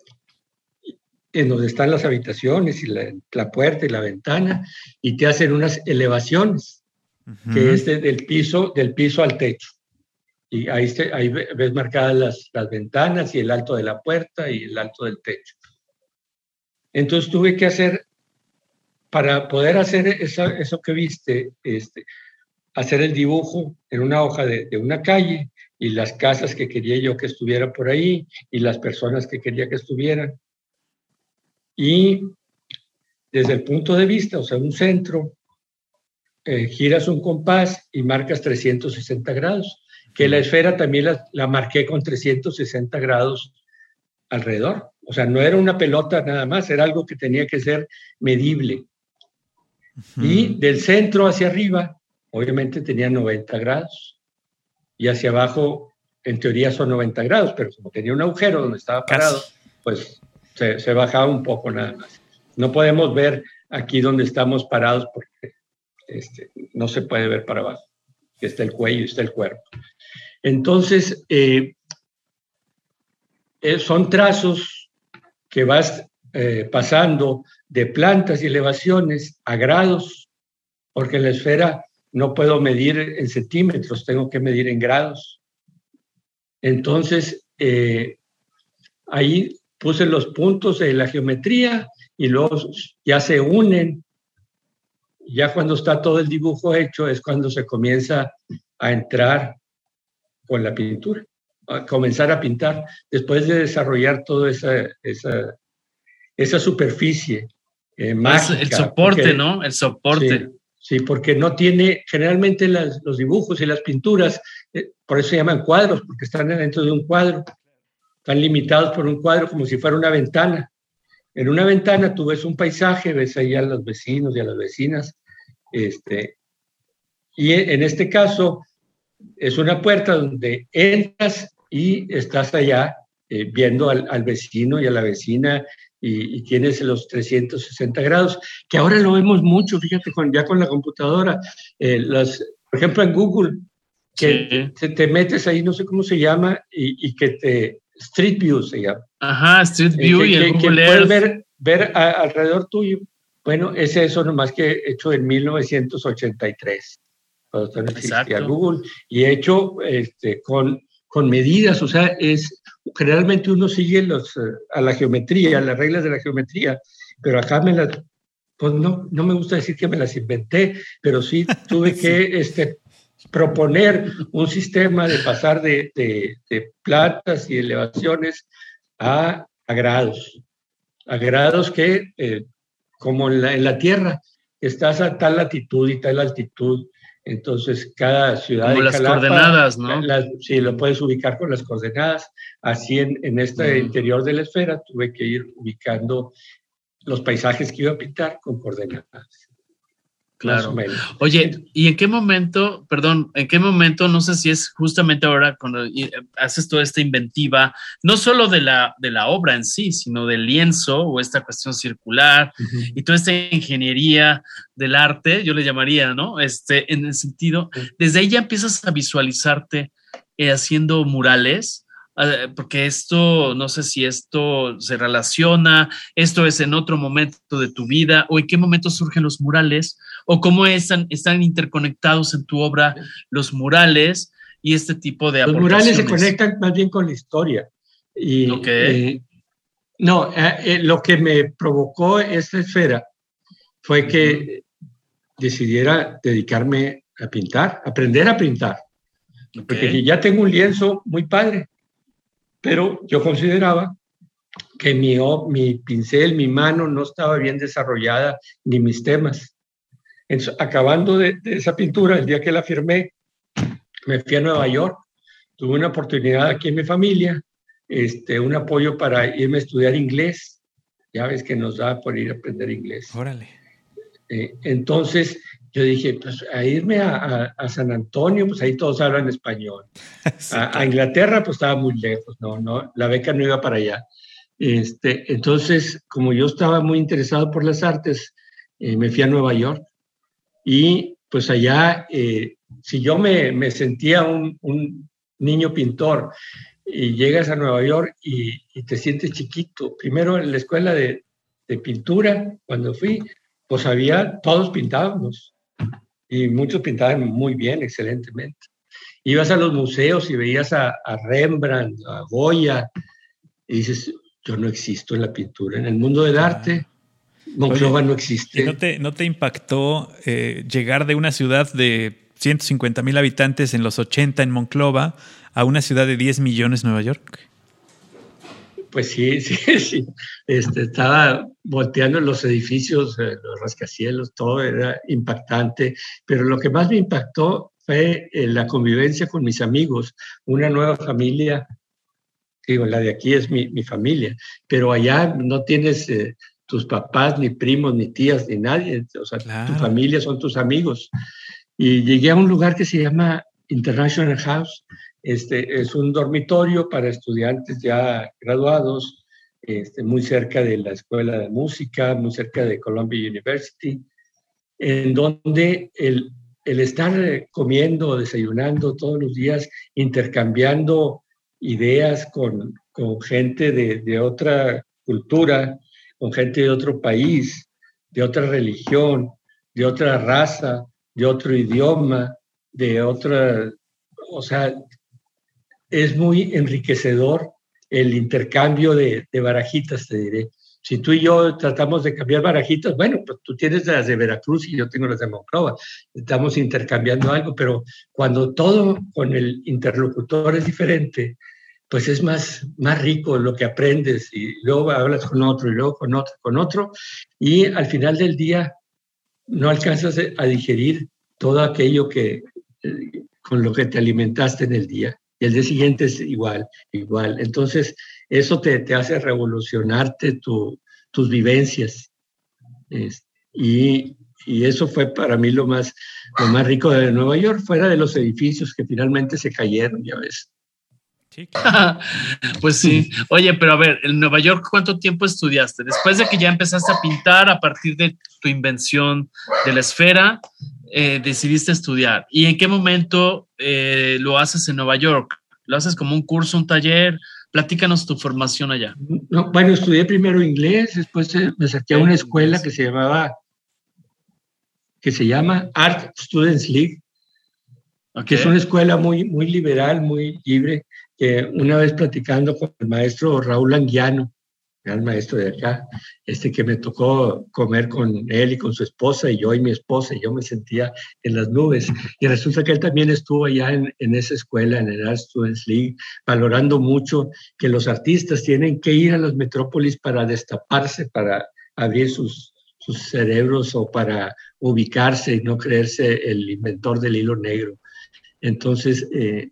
en donde están las habitaciones y la, la puerta y la ventana, y te hacen unas elevaciones, que es de, del, piso, del piso al techo. Y ahí, se, ahí ves marcadas las, las ventanas y el alto de la puerta y el alto del techo. Entonces tuve que hacer, para poder hacer eso, eso que viste, este, hacer el dibujo en una hoja de, de una calle y las casas que quería yo que estuvieran por ahí y las personas que quería que estuvieran. Y desde el punto de vista, o sea, un centro, Eh, giras un compás y marcas trescientos sesenta grados, que la esfera también la, la marqué con trescientos sesenta grados alrededor, O sea, no era una pelota nada más, era algo que tenía que ser medible. Uh-huh. Y del centro hacia arriba, obviamente tenía noventa grados. Y hacia abajo, en teoría son noventa grados, pero como tenía un agujero donde estaba parado, Casi. pues se, se bajaba un poco nada más. No podemos ver aquí donde estamos parados porque este, no se puede ver para abajo. Está el cuello y está el cuerpo. Entonces, eh, eh, son trazos que vas eh, pasando de plantas y elevaciones a grados, porque en la esfera no puedo medir en centímetros, tengo que medir en grados. Entonces, eh, ahí puse los puntos de la geometría y luego ya se unen. Ya cuando está todo el dibujo hecho es cuando se comienza a entrar con la pintura, a comenzar a pintar, después de desarrollar toda esa, esa, esa superficie eh, mágica. El soporte, porque, ¿no? El soporte. Sí, sí, porque no tiene, generalmente las, los dibujos y las pinturas, eh, por eso se llaman cuadros, porque están dentro de un cuadro, están limitados por un cuadro como si fuera una ventana. En una ventana tú ves un paisaje, ves ahí a los vecinos y a las vecinas, este, y en este caso es una puerta donde entras y estás allá eh, viendo al, al vecino y a la vecina y, y tienes los trescientos sesenta grados, que ahora lo vemos mucho, fíjate, con, ya con la computadora, eh, las, por ejemplo en Google, que sí. te, te metes ahí, no sé cómo se llama, y, y que te, Street View se llama. Ajá, Street View eh, y que, el que, Google que Earth. puedes ver, ver a, alrededor tuyo. Bueno, es eso nomás que hecho en mil novecientos ochenta y tres, cuando no existía Google, y hecho este, con, con medidas, o sea, es, generalmente uno sigue los, a la geometría, las reglas de la geometría, pero acá me las, pues no, no me gusta decir que me las inventé, pero sí tuve sí. que este, proponer un sistema de pasar de, de, de plantas y elevaciones a, a grados, a grados que... Eh, como en la, en la Tierra, estás a tal latitud y tal altitud, entonces cada ciudad... Como de las Jalapa, coordenadas, ¿no? La, sí, lo puedes ubicar con las coordenadas, así en, en este mm. interior de la esfera tuve que ir ubicando los paisajes que iba a pintar con coordenadas. Claro. Oye, ¿y en qué momento, perdón, en qué momento, no sé si es justamente ahora cuando haces toda esta inventiva, no solo de la, de la obra en sí, sino del lienzo o esta cuestión circular uh-huh. y toda esta ingeniería del arte, yo le llamaría, ¿no? Este, en el sentido, desde ahí ya empiezas a visualizarte eh, haciendo murales, porque esto, no sé si esto se relaciona, esto es en otro momento de tu vida, o en qué momento surgen los murales, o cómo están, están interconectados en tu obra los murales y este tipo de aportaciones. Los murales se conectan más bien con la historia. Y, okay. eh, no, eh, eh, lo que me provocó esta esfera fue que uh-huh. decidiera dedicarme a pintar, aprender a pintar. Okay. Porque ya tengo un lienzo muy padre. Pero yo consideraba que mi, mi pincel, mi mano no estaba bien desarrollada, ni mis temas. Entonces, acabando de, de esa pintura, el día que la firmé, me fui a Nueva York. Tuve una oportunidad aquí en mi familia, este, un apoyo para irme a estudiar inglés. Ya ves que nos da por ir a aprender inglés. Órale. Eh, entonces, yo dije, pues a irme a, a, a San Antonio, pues ahí todos hablan español. Sí, a, claro. a Inglaterra, pues estaba muy lejos, no, no, la beca no iba para allá. Este, entonces, como yo estaba muy interesado por las artes, eh, me fui a Nueva York y pues allá, eh, si yo me, me sentía un, un niño pintor y llegas a Nueva York y, y te sientes chiquito, primero en la escuela de, de pintura, cuando fui, pues había, todos pintábamos. Y muchos pintaban muy bien, excelentemente. Ibas a los museos y veías a, a Rembrandt, a Goya, y dices, yo no existo en la pintura. En el mundo del arte, Monclova no existe. ¿Y no te, no te impactó eh, llegar de una ciudad de ciento cincuenta mil habitantes en los ochenta en Monclova a una ciudad de diez millones, Nueva York? Pues sí, sí, sí. Este, estaba volteando los edificios, eh, los rascacielos, todo era impactante, pero lo que más me impactó fue eh, la convivencia con mis amigos, una nueva familia digo, la de aquí es mi, mi familia, pero allá no tienes eh, tus papás, ni primos, ni tías, ni nadie, o sea, claro. Tu familia son tus amigos. Y llegué a un lugar que se llama International House. Este, es un dormitorio para estudiantes ya graduados, este, muy cerca de la Escuela de Música, muy cerca de Columbia University, en donde el, el estar comiendo, desayunando todos los días, intercambiando ideas con, con gente de, de otra cultura, con gente de otro país, de otra religión, de otra raza, de otro idioma, de otra, o sea, es muy enriquecedor el intercambio de, de barajitas, te diré. Si tú y yo tratamos de cambiar barajitas, bueno, pues tú tienes las de Veracruz y yo tengo las de Monclova. Estamos intercambiando algo, pero cuando todo con el interlocutor es diferente, pues es más, más rico lo que aprendes y luego hablas con otro y luego con otro, con otro y al final del día no alcanzas a digerir todo aquello que, con lo que te alimentaste en el día. Y el día siguiente es igual, igual. Entonces, eso te, te hace revolucionarte tu, tus vivencias. Es, y, y eso fue para mí lo más, lo más rico de Nueva York, fuera de los edificios que finalmente se cayeron, ya ves. Sí, claro. Pues sí. Oye, pero a ver, en Nueva York, ¿cuánto tiempo estudiaste? Después de que ya empezaste a pintar a partir de tu invención de la esfera, eh, decidiste estudiar. ¿Y en qué momento eh, lo haces en Nueva York? ¿Lo haces como un curso, un taller? Platícanos tu formación allá. No, bueno, estudié primero inglés, después me saqué a una escuela que se llamaba, que se llama Art Students League, okay. Que es una escuela muy, muy liberal, muy libre, que una vez platicando con el maestro Raúl Anguiano, el maestro de acá, este que me tocó comer con él y con su esposa, y yo y mi esposa, y yo me sentía en las nubes. Y resulta que él también estuvo allá en, en esa escuela, en el Art Students League, valorando mucho que los artistas tienen que ir a las metrópolis para destaparse, para abrir sus, sus cerebros o para ubicarse y no creerse el inventor del hilo negro. Entonces, eh,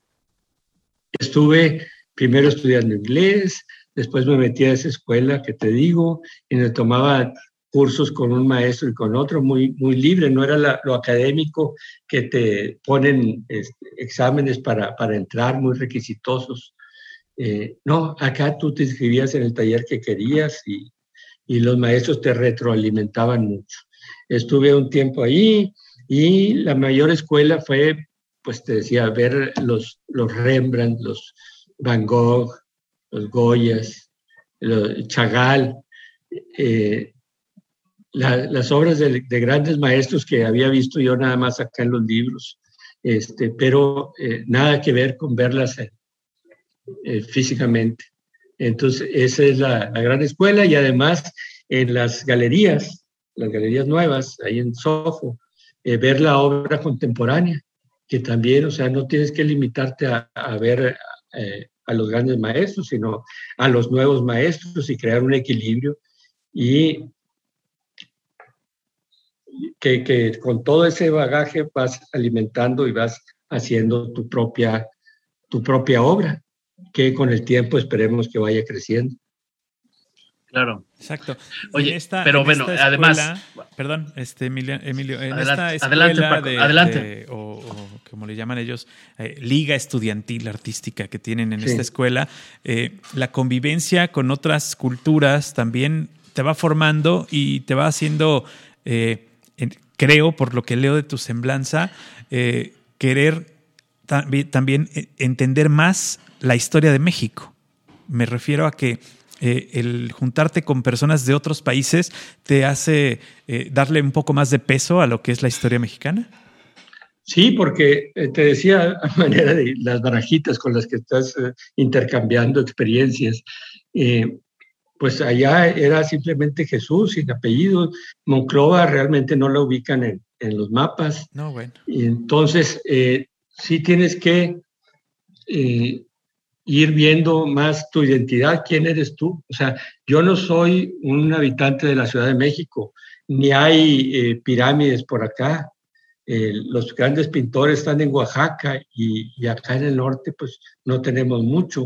estuve primero estudiando inglés, después me metí a esa escuela que te digo, y me tomaba cursos con un maestro y con otro, muy, muy libre, no era la, lo académico que te ponen este, exámenes para, para entrar, muy requisitosos. Eh, no, acá tú te inscribías en el taller que querías y, y los maestros te retroalimentaban mucho. Estuve un tiempo ahí y la mayor escuela fue, pues te decía, ver los, los Rembrandt, los Van Gogh, los Goyas, los Chagall, eh, la, las obras de, de grandes maestros que había visto yo nada más acá en los libros, este, pero eh, nada que ver con verlas eh, eh, físicamente. Entonces, esa es la, la gran escuela y además en las galerías, las galerías nuevas, ahí en Soho, eh, ver la obra contemporánea, que también, o sea, no tienes que limitarte a, a ver eh, a los grandes maestros, sino a los nuevos maestros y crear un equilibrio y que, que con todo ese bagaje vas alimentando y vas haciendo tu propia, tu propia obra, que con el tiempo esperemos que vaya creciendo. Claro. Exacto. Oye, esta, pero bueno, escuela, además... Perdón, este Emilio, Emilio en adelante, esta adelante, escuela Paco, de, adelante. De, o, o como le llaman ellos, eh, liga estudiantil artística que tienen en sí. esta escuela, eh, la convivencia con otras culturas también te va formando y te va haciendo, eh, en, creo, por lo que leo de tu semblanza, eh, querer tam- también entender más la historia de México. Me refiero a que Eh, el juntarte con personas de otros países te hace eh, darle un poco más de peso a lo que es la historia mexicana. Sí, porque eh, te decía a manera de las barajitas con las que estás eh, intercambiando experiencias, eh, pues allá era simplemente Jesús sin apellido. Monclova realmente no la ubican en, en los mapas. No, bueno. Y entonces eh, sí tienes que eh, ir viendo más tu identidad, quién eres tú. O sea, yo no soy un habitante de la Ciudad de México, ni hay eh, pirámides por acá. Eh, los grandes pintores están en Oaxaca y, y acá en el norte pues no tenemos mucho.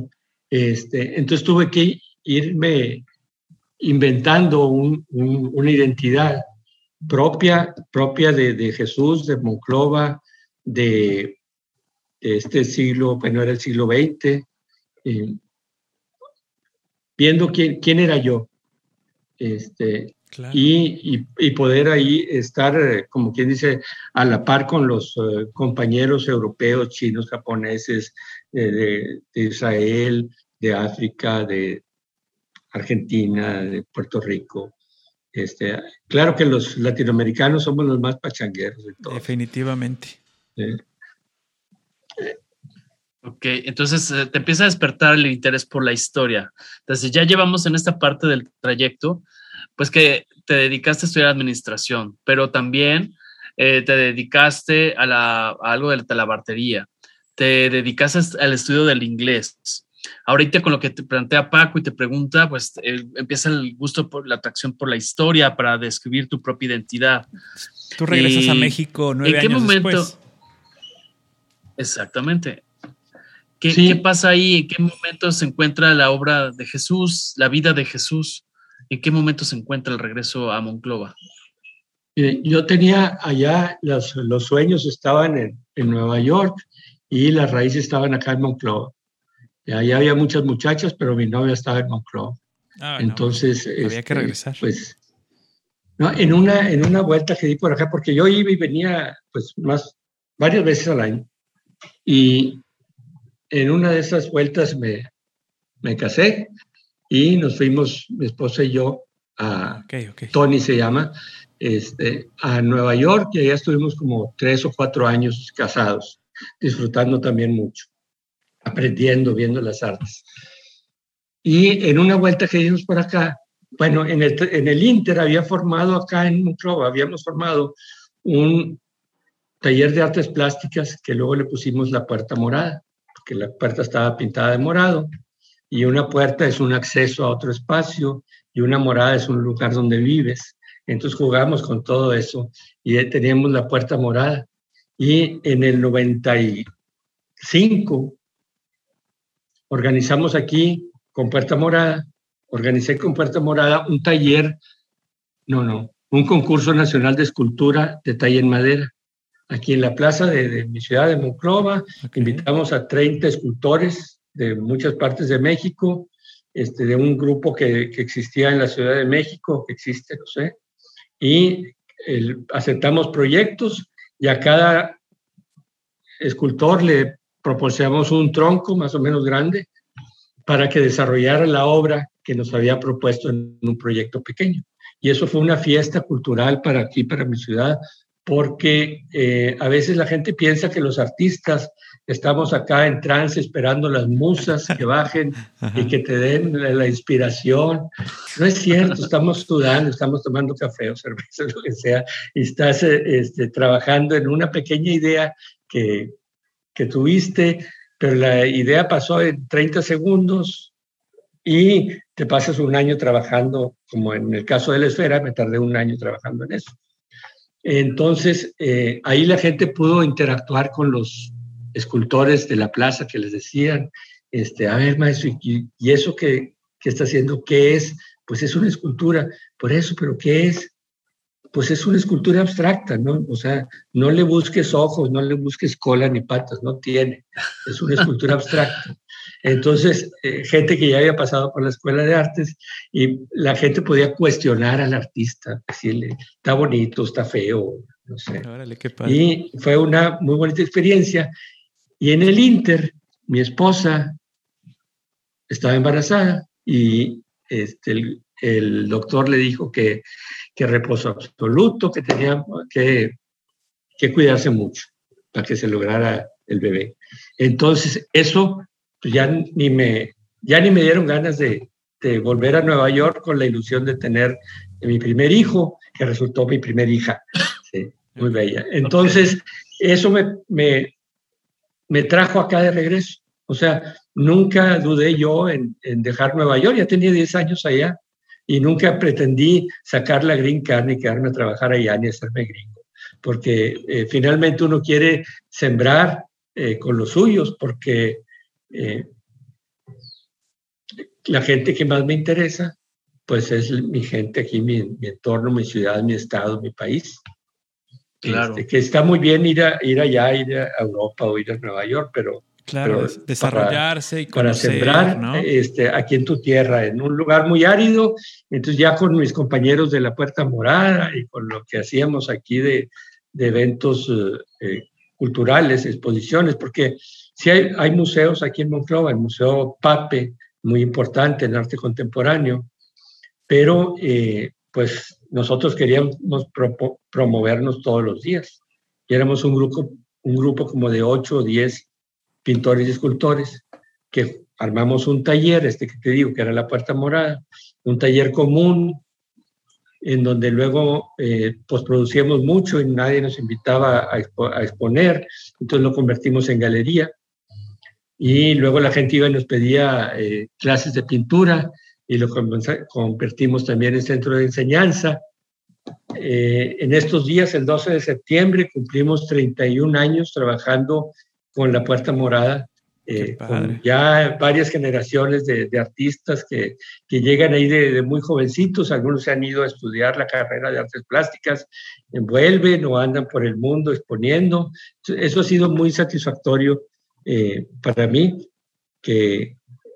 Este, entonces tuve que irme inventando un, un, una identidad propia, propia de, de Jesús, de Monclova, de, de este siglo, bueno, era el siglo veinte, eh, viendo quién, quién era yo. Este, claro. y, y, y poder ahí estar, como quien dice, a la par con los uh, compañeros europeos, chinos, japoneses, eh, de, de Israel, de África, de Argentina, de Puerto Rico. Este, claro que los latinoamericanos somos los más pachangueros de todos. Definitivamente. ¿Sí? Ok, entonces eh, te empieza a despertar el interés por la historia. Entonces ya llevamos en esta parte del trayecto, pues que te dedicaste a estudiar administración, pero también eh, te dedicaste a, la, a algo de la talabartería, te dedicaste al estudio del inglés. Ahorita con lo que te plantea Paco y te pregunta, pues eh, empieza el gusto por la atracción por la historia para describir tu propia identidad. Tú regresas y, a México nueve ¿en qué años momento? Después. Exactamente. ¿Qué, sí. ¿Qué pasa ahí? ¿En qué momento se encuentra la obra de Jesús, la vida de Jesús? ¿En qué momento se encuentra el regreso a Monclova? Yo tenía allá, los, los sueños estaban en, en Nueva York y las raíces estaban acá en Monclova. Allá había muchas muchachas, pero mi novia estaba en Monclova. Ah, Entonces, no, había este, que regresar. Pues, no, en una, en una vuelta que di por acá, porque yo iba y venía, pues, más, varias veces al año. Y en una de esas vueltas me, me casé y nos fuimos, mi esposa y yo, a okay, okay. Tony se llama, este, a Nueva York, y allá estuvimos como tres o cuatro años casados, disfrutando también mucho, aprendiendo, viendo las artes. Y en una vuelta que dimos por acá, bueno, en el, en el Inter había formado acá en Monclova, habíamos formado un taller de artes plásticas que luego le pusimos la puerta morada, porque la puerta estaba pintada de morado, y una puerta es un acceso a otro espacio, y una morada es un lugar donde vives. Entonces jugamos con todo eso, y teníamos la puerta morada. Y en el noventa y cinco organizamos aquí, con Puerta Morada, organicé con Puerta Morada un taller, no, no, un concurso nacional de escultura de talla en madera. Aquí en la plaza de, de mi ciudad de Monclova, okay. Invitamos a treinta escultores de muchas partes de México, este, de un grupo que, que existía en la Ciudad de México, que existe, no sé, y el, aceptamos proyectos y a cada escultor le proporcionamos un tronco más o menos grande para que desarrollara la obra que nos había propuesto en un proyecto pequeño. Y eso fue una fiesta cultural para aquí, para mi ciudad, porque eh, a veces la gente piensa que los artistas estamos acá en trance esperando las musas que bajen y que te den la, la inspiración. No es cierto, estamos sudando, estamos tomando café o cerveza, lo que sea, y estás este, trabajando en una pequeña idea que, que tuviste, pero la idea pasó en treinta segundos y te pasas un año trabajando, como en el caso de la esfera, me tardé un año trabajando en eso. Entonces, eh, ahí la gente pudo interactuar con los escultores de la plaza que les decían, este, a ver, maestro, ¿y, y eso que, que está haciendo qué es? Pues es una escultura. Por eso, ¿pero qué es? Pues es una escultura abstracta, ¿no? O sea, no le busques ojos, no le busques cola ni patas, no tiene. Es una escultura abstracta. Entonces, eh, gente que ya había pasado por la escuela de artes y la gente podía cuestionar al artista, decirle, está bonito, está feo, no sé. Órale, qué padre. Y fue una muy bonita experiencia. Y en el Inter, mi esposa estaba embarazada y este, el, el doctor le dijo que, que reposo absoluto, que tenía que, que cuidarse mucho para que se lograra el bebé. Entonces, eso pues ya ni me, ya ni me dieron ganas de, de volver a Nueva York con la ilusión de tener mi primer hijo, que resultó mi primera hija. Sí, muy bella. Entonces, okay. eso me, me, me trajo acá de regreso. O sea, nunca dudé yo en, en dejar Nueva York. Ya tenía diez años allá y nunca pretendí sacar la green card ni quedarme a trabajar allá ni hacerme gringo. Porque eh, finalmente uno quiere sembrar eh, con los suyos, porque... Eh, la gente que más me interesa, pues es mi gente aquí, mi, mi entorno, mi ciudad, mi estado, mi país. Claro. Este, que está muy bien ir, a, ir allá, ir a Europa o ir a Nueva York, pero... Claro, pero desarrollarse para, y conocer, para sembrar, ¿no? este, aquí en tu tierra, en un lugar muy árido. Entonces ya con mis compañeros de la Puerta Morada y con lo que hacíamos aquí de, de eventos eh, culturales, exposiciones, porque sí hay, hay museos aquí en Monclova, el Museo Pape, muy importante en arte contemporáneo, pero eh, pues nosotros queríamos pro, promovernos todos los días. Y éramos un grupo, un grupo como de ocho o diez pintores y escultores, que armamos un taller, este que te digo, que era la Puerta Morada, un taller común, en donde luego eh, pues producíamos mucho y nadie nos invitaba a, expo a exponer, entonces lo convertimos en galería, y luego la gente iba y nos pedía eh, clases de pintura, y lo convertimos también en centro de enseñanza. Eh, en estos días, el doce de septiembre, cumplimos treinta y un años trabajando con la Puerta Morada, eh, con ya varias generaciones de, de artistas que, que llegan ahí de, de muy jovencitos. Algunos se han ido a estudiar la carrera de artes plásticas, vuelven o andan por el mundo exponiendo. Eso ha sido muy satisfactorio eh, para mí, que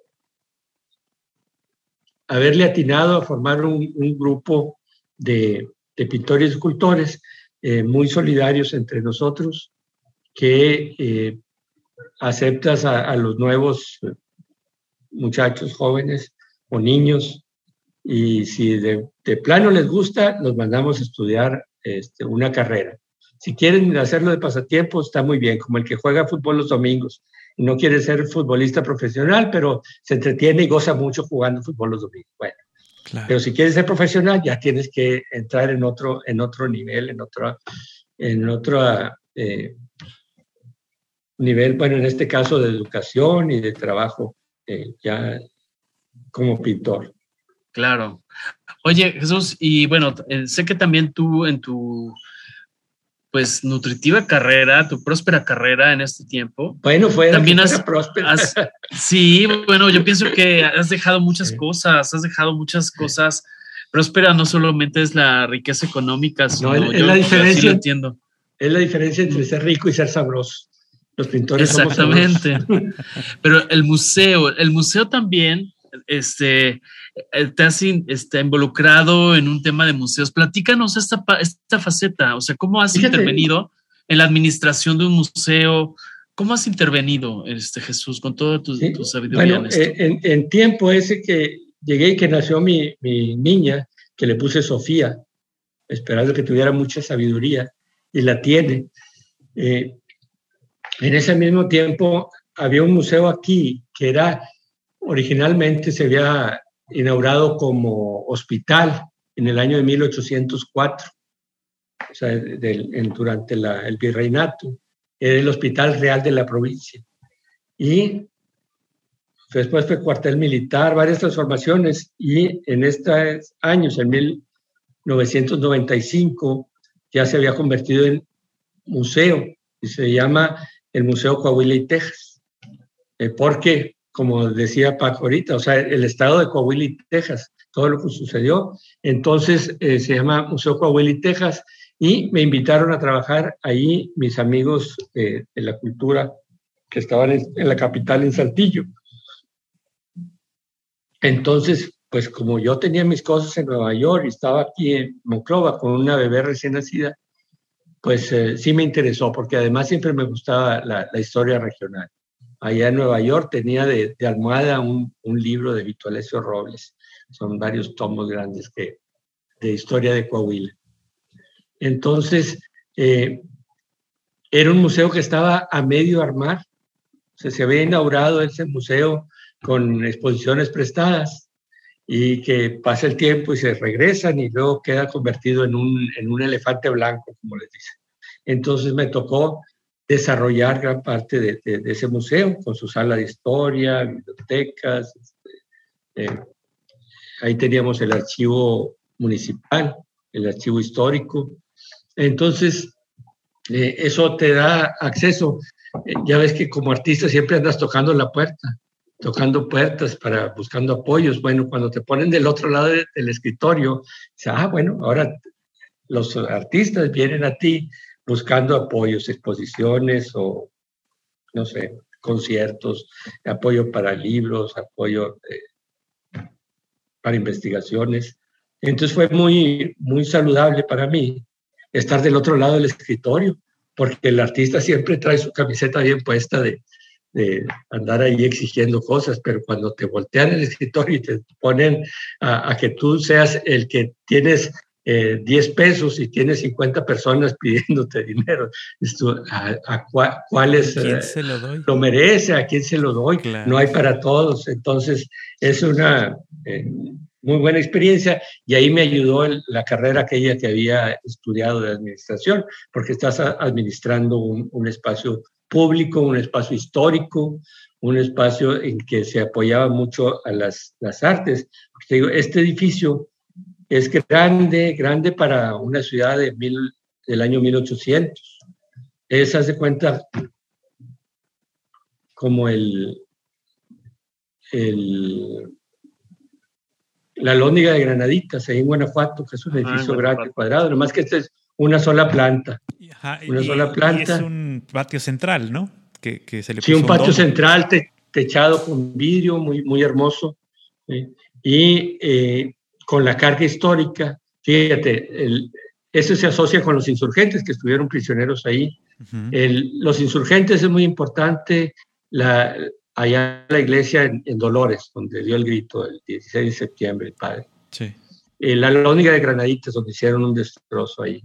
haberle atinado a formar un, un grupo de, de pintores y escultores eh, muy solidarios entre nosotros, que eh, aceptas a, a los nuevos muchachos jóvenes o niños, y si de, de plano les gusta, los mandamos a estudiar este, una carrera. Si quieren hacerlo de pasatiempo, está muy bien, como el que juega fútbol los domingos y no quiere ser futbolista profesional, pero se entretiene y goza mucho jugando fútbol los domingos. Bueno, claro. Pero si quieres ser profesional, ya tienes que entrar en otro, en otro nivel, en otro, en otro eh, nivel, bueno, en este caso de educación y de trabajo, eh, ya como pintor. Claro. Oye, Jesús, y bueno, eh, sé que también tú en tu, pues, nutritiva carrera, tu próspera carrera en este tiempo. Bueno, fue también la has, próspera. Has, sí, bueno, yo pienso que has dejado muchas sí. cosas, has dejado muchas sí. cosas. Próspera no solamente es la riqueza económica, sino no, es, yo la diferencia, así lo entiendo. Es la diferencia entre ser rico y ser sabroso. Los pintores Exactamente. Pero el museo, el museo también, este, te has este, involucrado en un tema de museos. Platícanos esta, esta faceta, o sea, ¿cómo has Fíjate. intervenido en la administración de un museo? ¿Cómo has intervenido, este, Jesús, con toda tu, sí. tu sabiduría? Bueno, en, esto? En, en tiempo ese que llegué y que nació mi, mi niña, que le puse Sofía, esperando que tuviera mucha sabiduría, y la tiene. Eh, en ese mismo tiempo había un museo aquí que era, originalmente se había inaugurado como hospital en el año de mil ochocientos cuatro, o sea, de, en, durante la, el virreinato. Era el Hospital Real de la provincia. Y después fue cuartel militar, varias transformaciones, y en estos años, en mil novecientos noventa y cinco, ya se había convertido en museo, y se llama el Museo Coahuila y Texas, eh, porque, como decía Paco ahorita, o sea, el estado de Coahuila y Texas, todo lo que sucedió, entonces eh, se llama Museo Coahuila y Texas, y me invitaron a trabajar ahí mis amigos eh, de la cultura que estaban en, en la capital, en Saltillo. Entonces, pues como yo tenía mis cosas en Nueva York y estaba aquí en Monclova con una bebé recién nacida, pues eh, sí me interesó, porque además siempre me gustaba la, la historia regional. Allá en Nueva York tenía de, de almohada un, un libro de Vito Alessio Robles. Son varios tomos grandes que, de historia de Coahuila. Entonces, eh, era un museo que estaba a medio armar. O sea, se había inaugurado ese museo con exposiciones prestadas, y que pasa el tiempo y se regresan y luego queda convertido en un, en un elefante blanco, como les dicen. Entonces me tocó desarrollar gran parte de, de, de ese museo, con su sala de historia, bibliotecas. Este, eh, ahí teníamos el archivo municipal, el archivo histórico. Entonces, eh, eso te da acceso. Eh, ya ves que como artista siempre andas tocando la puerta. tocando puertas, para buscando apoyos. Bueno, cuando te ponen del otro lado de, del escritorio, dices, ah, bueno, ahora los artistas vienen a ti buscando apoyos, exposiciones o, no sé, conciertos, apoyo para libros, apoyo eh, para investigaciones. Entonces fue muy, muy saludable para mí estar del otro lado del escritorio, porque el artista siempre trae su camiseta bien puesta de, de andar ahí exigiendo cosas, pero cuando te voltean el escritorio y te ponen a, a que tú seas el que tienes eh, diez pesos y tienes cincuenta personas pidiéndote dinero, esto, ¿a, a cua, cuál es? ¿A quién se lo doy? Lo merece, ¿a quién se lo doy? Claro. No hay para todos. Entonces, es una eh, muy buena experiencia y ahí me ayudó el, la carrera aquella que había estudiado de administración, porque estás a, administrando un, un espacio público, un espacio histórico, un espacio en que se apoyaba mucho a las, las artes. Porque te digo, este edificio es grande, grande para una ciudad de mil, del año mil ochocientos. Es, haz de cuenta, como el, el la Lóndiga de Granaditas, ahí en Guanajuato, que es un edificio ah, grande, cuadrado, nomás que este es una sola planta. Ajá, una y, sola planta. Y es un patio central, ¿no? Que, que se le sí, puso un patio un central te, techado con vidrio, muy, muy hermoso. ¿sí? Y eh, con la carga histórica, fíjate, el, eso se asocia con los insurgentes que estuvieron prisioneros ahí. Uh-huh. el, los insurgentes es muy importante, la, allá en la iglesia en, en Dolores, donde dio el grito el dieciséis de septiembre, el padre. Sí. Eh, la Lóndiga de Granaditas, donde hicieron un destrozo ahí.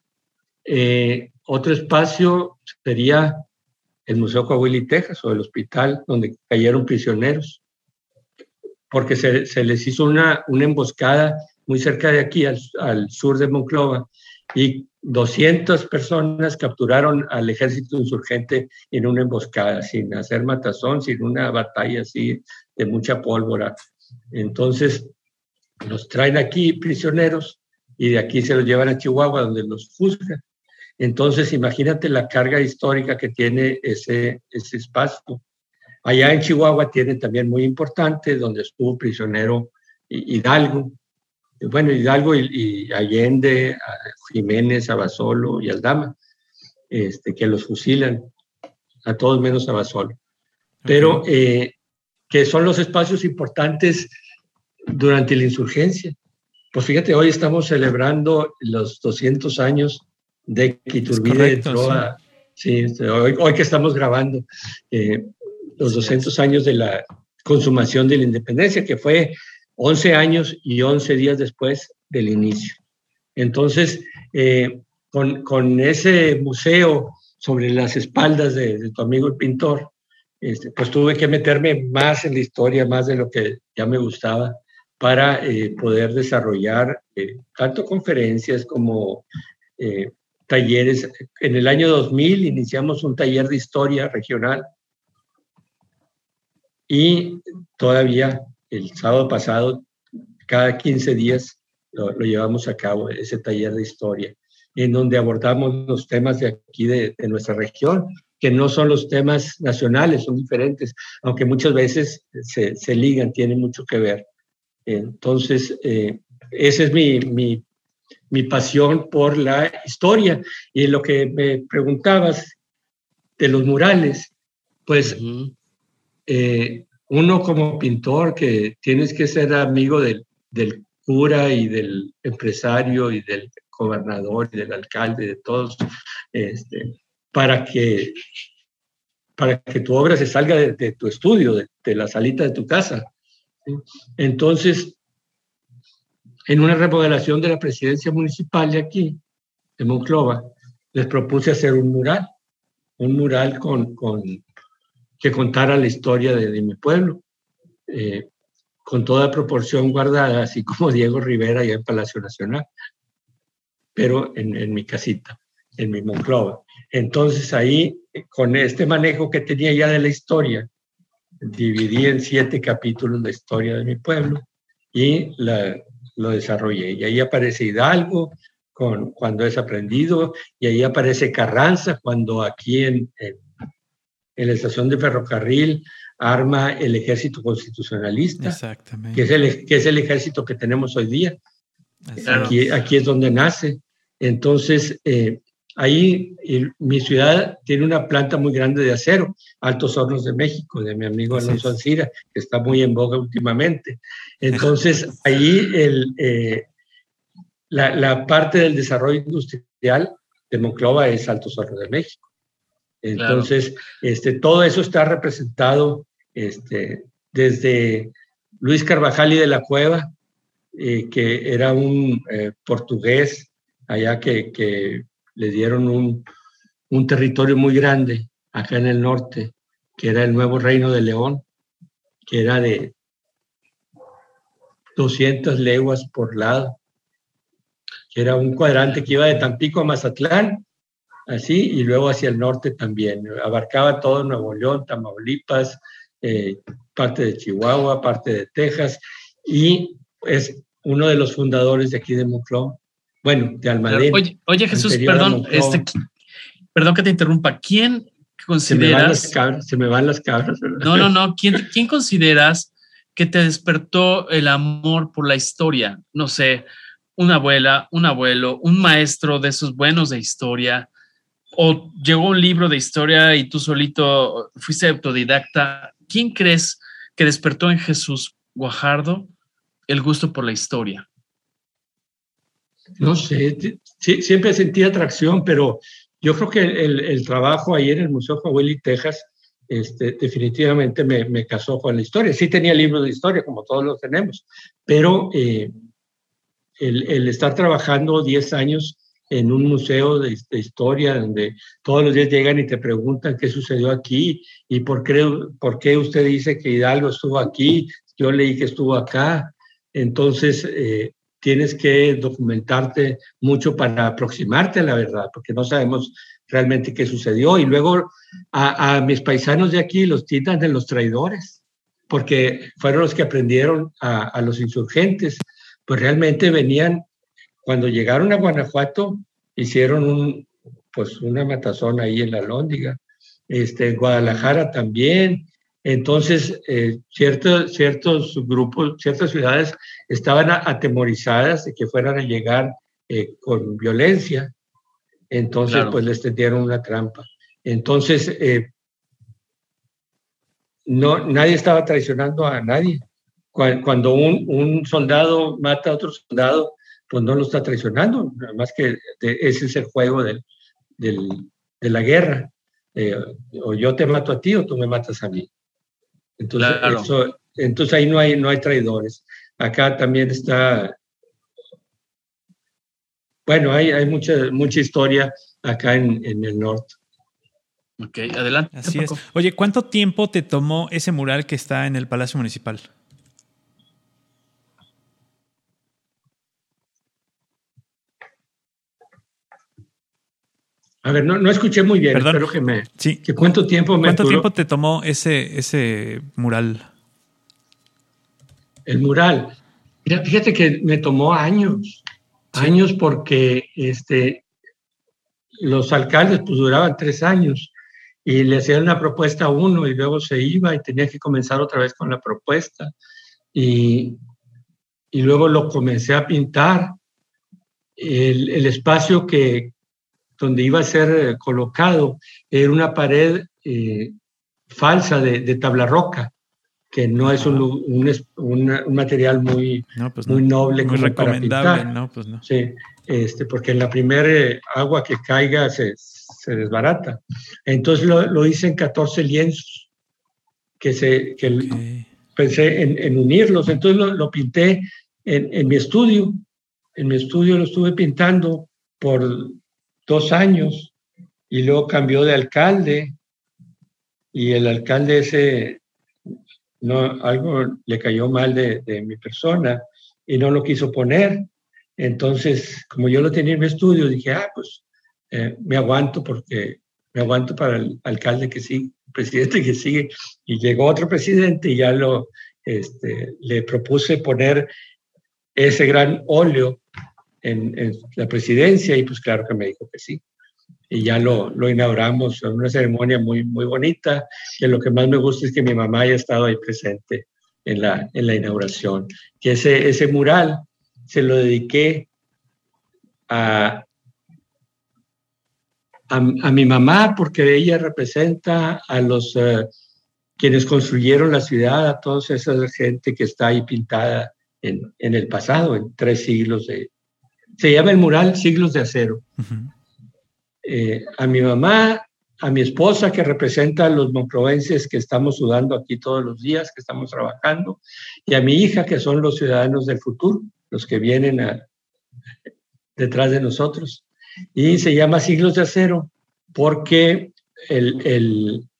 Eh, otro espacio sería el Museo Coahuila y Texas, o el hospital donde cayeron prisioneros, porque se, se les hizo una, una emboscada muy cerca de aquí, al, al sur de Monclova, y doscientas personas capturaron al ejército insurgente en una emboscada, sin hacer matazón, sin una batalla así de mucha pólvora. Entonces, los traen aquí prisioneros y de aquí se los llevan a Chihuahua, donde los juzgan. Entonces, imagínate la carga histórica que tiene ese, ese espacio. Allá en Chihuahua tienen también muy importante, donde estuvo prisionero Hidalgo. Bueno, Hidalgo y, y Allende, Jiménez, Abasolo y Aldama, este, que los fusilan, a todos menos Abasolo. Pero eh, que son los espacios importantes durante la insurgencia. Pues fíjate, hoy estamos celebrando los doscientos años de que Iturbide entró a... Sí, hoy, hoy que estamos grabando eh, los doscientos años de la consumación de la independencia, que fue once años y once días después del inicio. Entonces, eh, con, con ese museo sobre las espaldas de, de tu amigo el pintor, este, pues tuve que meterme más en la historia, más de lo que ya me gustaba, para eh, poder desarrollar eh, tanto conferencias como eh, talleres. En el año dos mil iniciamos un taller de historia regional y todavía el sábado pasado, cada quince días, lo, lo llevamos a cabo, ese taller de historia, en donde abordamos los temas de aquí, de, de nuestra región, que no son los temas nacionales, son diferentes, aunque muchas veces se, se ligan, tienen mucho que ver. Entonces, eh, esa es mi, mi, mi pasión por la historia. Y lo que me preguntabas de los murales, pues uh-huh. eh, uno como pintor que tienes que ser amigo del, del cura y del empresario y del gobernador y del alcalde, de todos, este, para que, para que tu obra se salga de, de tu estudio, de, de la salita de tu casa. Entonces, en una remodelación de la presidencia municipal de aquí, de Monclova, les propuse hacer un mural, un mural con, con, que contara la historia de, de mi pueblo, eh, con toda proporción guardada, así como Diego Rivera allá en Palacio Nacional, pero en, en mi casita, en mi Monclova. Entonces ahí, con este manejo que tenía ya de la historia, dividí en siete capítulos la historia de mi pueblo y la, lo desarrollé. Y ahí aparece Hidalgo, con, cuando es aprendido, y ahí aparece Carranza, cuando aquí en, en, en la estación de ferrocarril arma el ejército constitucionalista, Exactamente. Que, es el, que es el ejército que tenemos hoy día. Aquí, aquí es donde nace. Entonces, eh, ahí el, mi ciudad tiene una planta muy grande de acero, Altos Hornos de México, de mi amigo Alonso Ancira, que está muy en boga últimamente. Entonces, ahí el, eh, la, la parte del desarrollo industrial de Monclova es Altos Hornos de México. Entonces, claro. este, todo eso está representado este, desde Luis Carvajal y de la Cueva, eh, que era un eh, portugués allá que, que le dieron un, un territorio muy grande acá en el norte, que era el Nuevo Reino de León, que era de doscientas leguas por lado, que era un cuadrante que iba de Tampico a Mazatlán, así, y luego hacia el norte también. Abarcaba todo Nuevo León, Tamaulipas, eh, parte de Chihuahua, parte de Texas, y es uno de los fundadores de aquí de Monclova. Bueno, de Almadén. Oye, oye Jesús, perdón, este, perdón que te interrumpa. ¿Quién consideras? Se me van las cabras, se me van las cabras. ¿verdad? No, no, no. ¿Quién, ¿Quién consideras que te despertó el amor por la historia? No sé, una abuela, un abuelo, un maestro de esos buenos de historia, o llegó un libro de historia y tú solito fuiste autodidacta. ¿Quién crees que despertó en Jesús Guajardo el gusto por la historia? No sé, sí, siempre sentí atracción, pero yo creo que el, el trabajo ahí en el Museo Coahuila, Texas, este, definitivamente me, me casó con la historia. Sí tenía libros de historia, como todos los tenemos, pero eh, el, el estar trabajando diez años en un museo de, de historia, donde todos los días llegan y te preguntan qué sucedió aquí y por qué, por qué usted dice que Hidalgo estuvo aquí, yo leí que estuvo acá. Entonces, eh, tienes que documentarte mucho para aproximarte a la verdad, porque no sabemos realmente qué sucedió. Y luego a, a mis paisanos de aquí los tildan de los traidores, porque fueron los que aprendieron a, a los insurgentes. Pues realmente venían, cuando llegaron a Guanajuato, hicieron un, pues una matazón ahí en la Alhóndiga, este, en Guadalajara también. Entonces, eh, ciertos, ciertos grupos, ciertas ciudades estaban atemorizadas de que fueran a llegar eh, con violencia. Entonces, claro. pues les tendieron una trampa. Entonces, eh, no, nadie estaba traicionando a nadie. Cuando un, un soldado mata a otro soldado, pues no lo está traicionando, nada más que ese es el juego del, del, de la guerra. Eh, o yo te mato a ti o tú me matas a mí. Entonces, claro. eso, entonces ahí no hay, no hay traidores. Acá también está, bueno, hay, hay mucha, mucha historia acá en, en el norte. Ok, adelante. Así es. Oye, ¿cuánto tiempo te tomó ese mural que está en el Palacio Municipal? A ver, no, no escuché muy bien. Perdón. Espero que me... Sí. Que ¿Cuánto tiempo me ¿Cuánto duró? tiempo te tomó ese, ese mural? El mural. Mira, fíjate que me tomó años. Sí. Años porque este, los alcaldes pues duraban tres años y le hacían una propuesta a uno y luego se iba y tenía que comenzar otra vez con la propuesta. Y, y luego lo comencé a pintar. El, el espacio que... donde iba a ser colocado, era una pared eh, falsa de, de tabla roca, que no es un, un, un, un material muy, no, pues no, muy noble muy como para pintar. No, pues no. Sí, este, porque en la primera agua que caiga se, se desbarata. Entonces lo, lo hice en catorce lienzos, que, se, que okay. pensé en, en unirlos. Entonces lo, lo pinté en, en mi estudio. En mi estudio lo estuve pintando por dos años y luego cambió de alcalde y el alcalde ese, no, algo le cayó mal de, de mi persona y no lo quiso poner. Entonces, como yo lo tenía en mi estudio, dije, ah, pues eh, me aguanto porque me aguanto para el alcalde que sigue, el presidente que sigue. Y llegó otro presidente y ya lo, este, le propuse poner ese gran óleo En, en la presidencia y pues claro que me dijo que sí. y ya lo, lo inauguramos en una ceremonia muy, muy bonita, y lo que más me gusta es que mi mamá haya estado ahí presente en la, en la inauguración. Que ese, ese mural se lo dediqué a, a, a mi mamá, porque ella representa a los uh, quienes construyeron la ciudad, a toda esa gente que está ahí pintada en, en el pasado, en tres siglos de... Se llama el mural Siglos de Acero. Uh-huh. Eh, a mi mamá, a mi esposa, que representa a los monclovenses que estamos sudando aquí todos los días, que estamos trabajando, y a mi hija, que son los ciudadanos del futuro, los que vienen a, detrás de nosotros. Y se llama Siglos de Acero porque el, el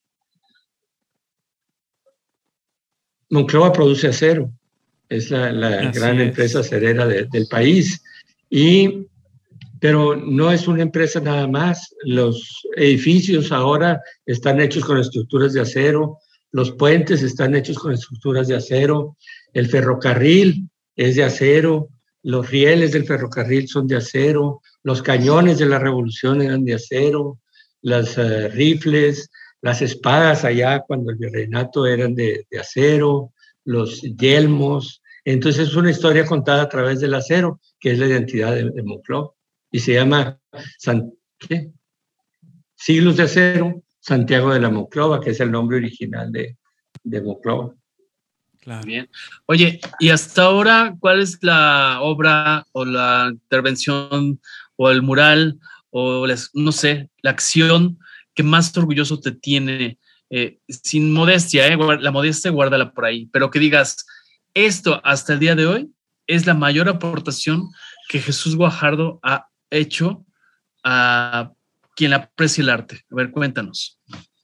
Monclova produce acero, es la, la gran es. empresa acerera de, del país, y pero no es una empresa nada más. Los edificios ahora están hechos con estructuras de acero, los puentes están hechos con estructuras de acero, el ferrocarril es de acero, los rieles del ferrocarril son de acero, los cañones de la Revolución eran de acero, las uh, rifles, las espadas allá cuando el virreinato eran de, de acero, los yelmos. Entonces es una historia contada a través del acero, que es la identidad de, de Monclova. Y se llama San, ¿qué? Siglos de Acero, Santiago de la Monclova, que es el nombre original de, de Monclova. Claro. Bien. Oye, y hasta ahora, ¿cuál es la obra o la intervención o el mural o las, no sé, la acción que más orgulloso te tiene? Eh, sin modestia, eh, la modestia guárdala por ahí, pero que digas, esto hasta el día de hoy es la mayor aportación que Jesús Guajardo ha hecho a quien aprecia el arte. A ver, cuéntanos.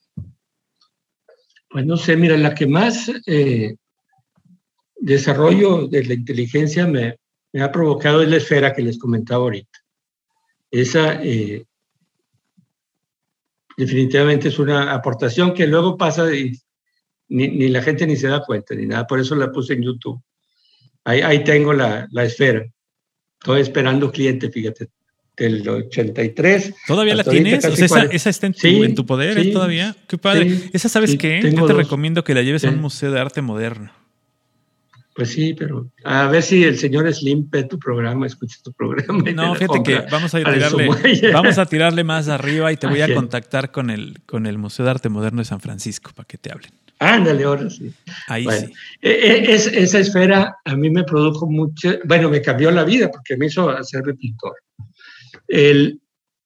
Pues no sé, mira, la que más eh, desarrollo de la inteligencia me, me ha provocado es la esfera que les comentaba ahorita. Esa eh, definitivamente es una aportación que luego pasa y ni, ni la gente ni se da cuenta ni nada, por eso la puse en YouTube. Ahí, ahí tengo la, la esfera. Estoy esperando cliente, fíjate, del ochenta y tres. ¿Todavía la tienes? O sea, esa, esa está en tu, sí, en tu poder, sí, ¿eh? Todavía. Qué padre. Sí, esa, ¿sabes sí, qué? Yo te dos. recomiendo que la lleves sí. a un museo de arte moderno. Pues sí, pero a ver si el señor Slim ve tu programa, escucha tu programa. No, fíjate que vamos a tirarle, vamos a tirarle más arriba y te voy a contactar con el, con el Museo de Arte Moderno de San Francisco para que te hablen. Ándale, ahora sí. Ahí bueno, sí. Es, esa esfera a mí me produjo mucho, bueno, me cambió la vida porque me hizo hacerme pintor. El,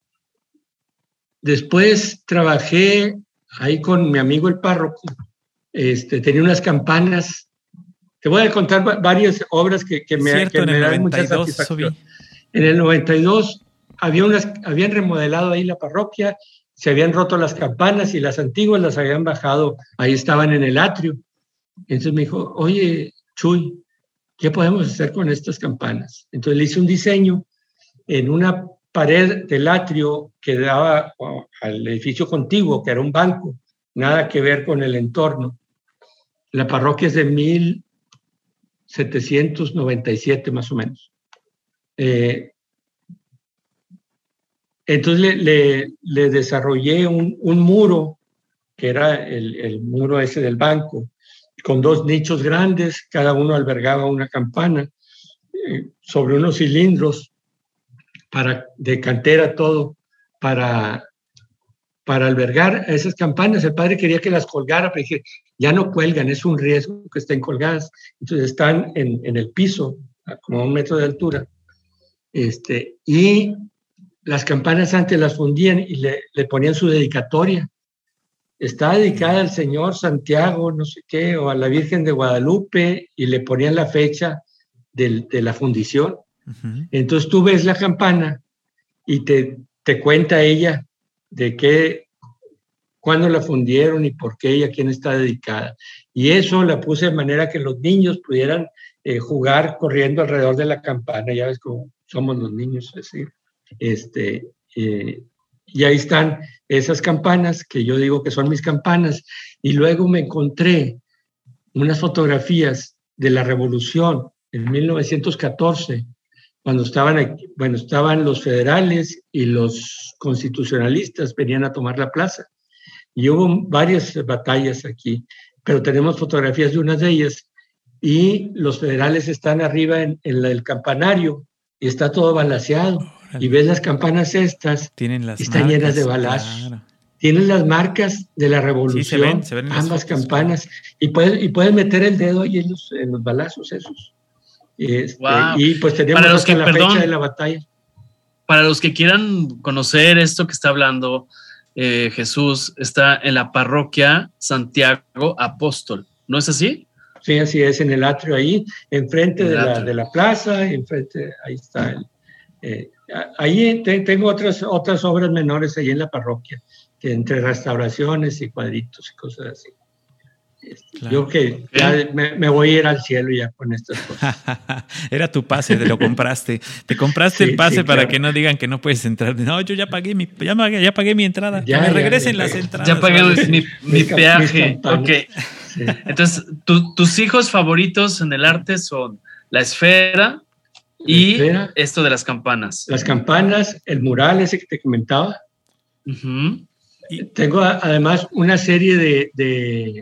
después trabajé ahí con mi amigo el párroco, este, tenía unas campanas. Te voy a contar varias obras que, que me, Cierto, que me dan mucha noventa y dos, satisfacción. En el noventa y dos había unas, habían remodelado ahí la parroquia, se habían roto las campanas y las antiguas las habían bajado, ahí estaban en el atrio. Entonces me dijo, oye, Chuy, ¿qué podemos hacer con estas campanas? Entonces le hice un diseño en una pared del atrio que daba al edificio contiguo, que era un banco, nada que ver con el entorno. La parroquia es de mil setecientos noventa y siete más o menos. Eh, entonces le, le, le desarrollé un, un muro, que era el, el muro ese del banco, con dos nichos grandes, cada uno albergaba una campana, eh, sobre unos cilindros para, de cantera todo, para, para albergar esas campanas. El padre quería que las colgara, pero dije, ya no cuelgan, es un riesgo que estén colgadas. Entonces están en, en el piso, a como a un metro de altura. Este, y las campanas antes las fundían y le, le ponían su dedicatoria. Está dedicada al Señor Santiago, no sé qué, o a la Virgen de Guadalupe, y le ponían la fecha de, de la fundición. Uh-huh. Entonces tú ves la campana y te, te cuenta ella de qué, cuándo la fundieron y por qué y a quién está dedicada. Y eso la puse de manera que los niños pudieran eh, jugar corriendo alrededor de la campana. Ya ves cómo somos los niños, así. Este, eh, y ahí están esas campanas, que yo digo que son mis campanas. Y luego me encontré unas fotografías de la Revolución en mil novecientos catorce, cuando estaban aquí, bueno, estaban los federales y los constitucionalistas, venían a tomar la plaza. Y hubo varias batallas aquí, pero tenemos fotografías de una de ellas, y los federales están arriba en, en la, el campanario, y está todo balaceado. Órale. Y ves las campanas estas, tienen las están marcas, llenas de balazos. Claro. Tienen las marcas de la revolución, sí, se ven, se ven ambas campanas, claro. y puedes y puedes meter el dedo ahí en los, en los balazos esos. Este, wow. Y pues tenemos para los que, la perdón, fecha de la batalla. Para los que quieran conocer esto que está hablando eh, Jesús, está en la parroquia Santiago Apóstol, ¿no es así? Sí, así es, en el atrio ahí, enfrente de la, de la plaza, enfrente, ahí está. El, eh, ahí te, tengo otras, otras obras menores ahí en la parroquia, que entre restauraciones y cuadritos y cosas así. Este, claro. Yo que ya me, me voy a ir al cielo ya con estas cosas. Era tu pase, te lo compraste. Te compraste sí, el pase sí, para claro. que no digan que no puedes entrar. No, yo ya pagué mi, ya, ya pagué mi entrada. Ya, que me regresen ya, ya, las entradas. Ya pagué ¿vale? mi, mi peaje. Ok. Sí. Entonces, tu, tus hijos favoritos en el arte son la esfera y la esfera, esto de las campanas. Las campanas, el mural ese que te comentaba. Uh-huh. Y tengo además una serie de, de,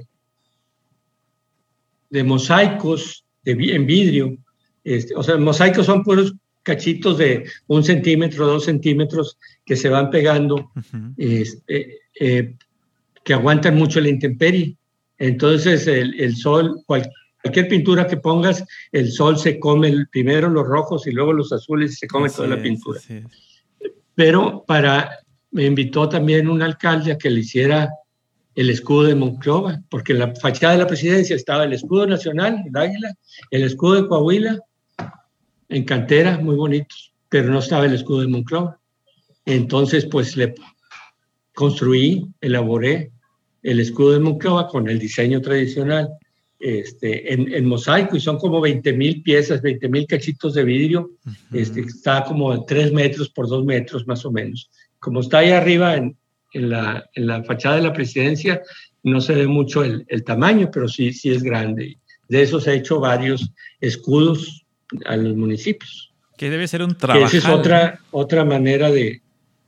de mosaicos de, en vidrio. Este, o sea, mosaicos son puros cachitos de un centímetro, dos centímetros que se van pegando, uh-huh. este, eh, que aguantan mucho la intemperie. Entonces, el, el sol, cual, cualquier pintura que pongas, el sol se come el, primero los rojos y luego los azules y se come así toda es, la pintura. Pero para... me invitó también un alcalde a que le hiciera el escudo de Monclova, porque en la fachada de la presidencia estaba el escudo nacional, el águila, el escudo de Coahuila, en cantera, muy bonitos, pero no estaba el escudo de Monclova. Entonces, pues le construí, elaboré el escudo de Monclova con el diseño tradicional este, en, en mosaico, y son como veinte mil piezas, veinte mil cachitos de vidrio, uh-huh. este, está como tres metros por dos metros más o menos. Como está ahí arriba en, en, la, en la fachada de la presidencia, no se ve mucho el, el tamaño, pero sí, sí es grande. De esos he hecho varios escudos a los municipios. Que debe ser un trabajo. Esa es otra, otra manera de...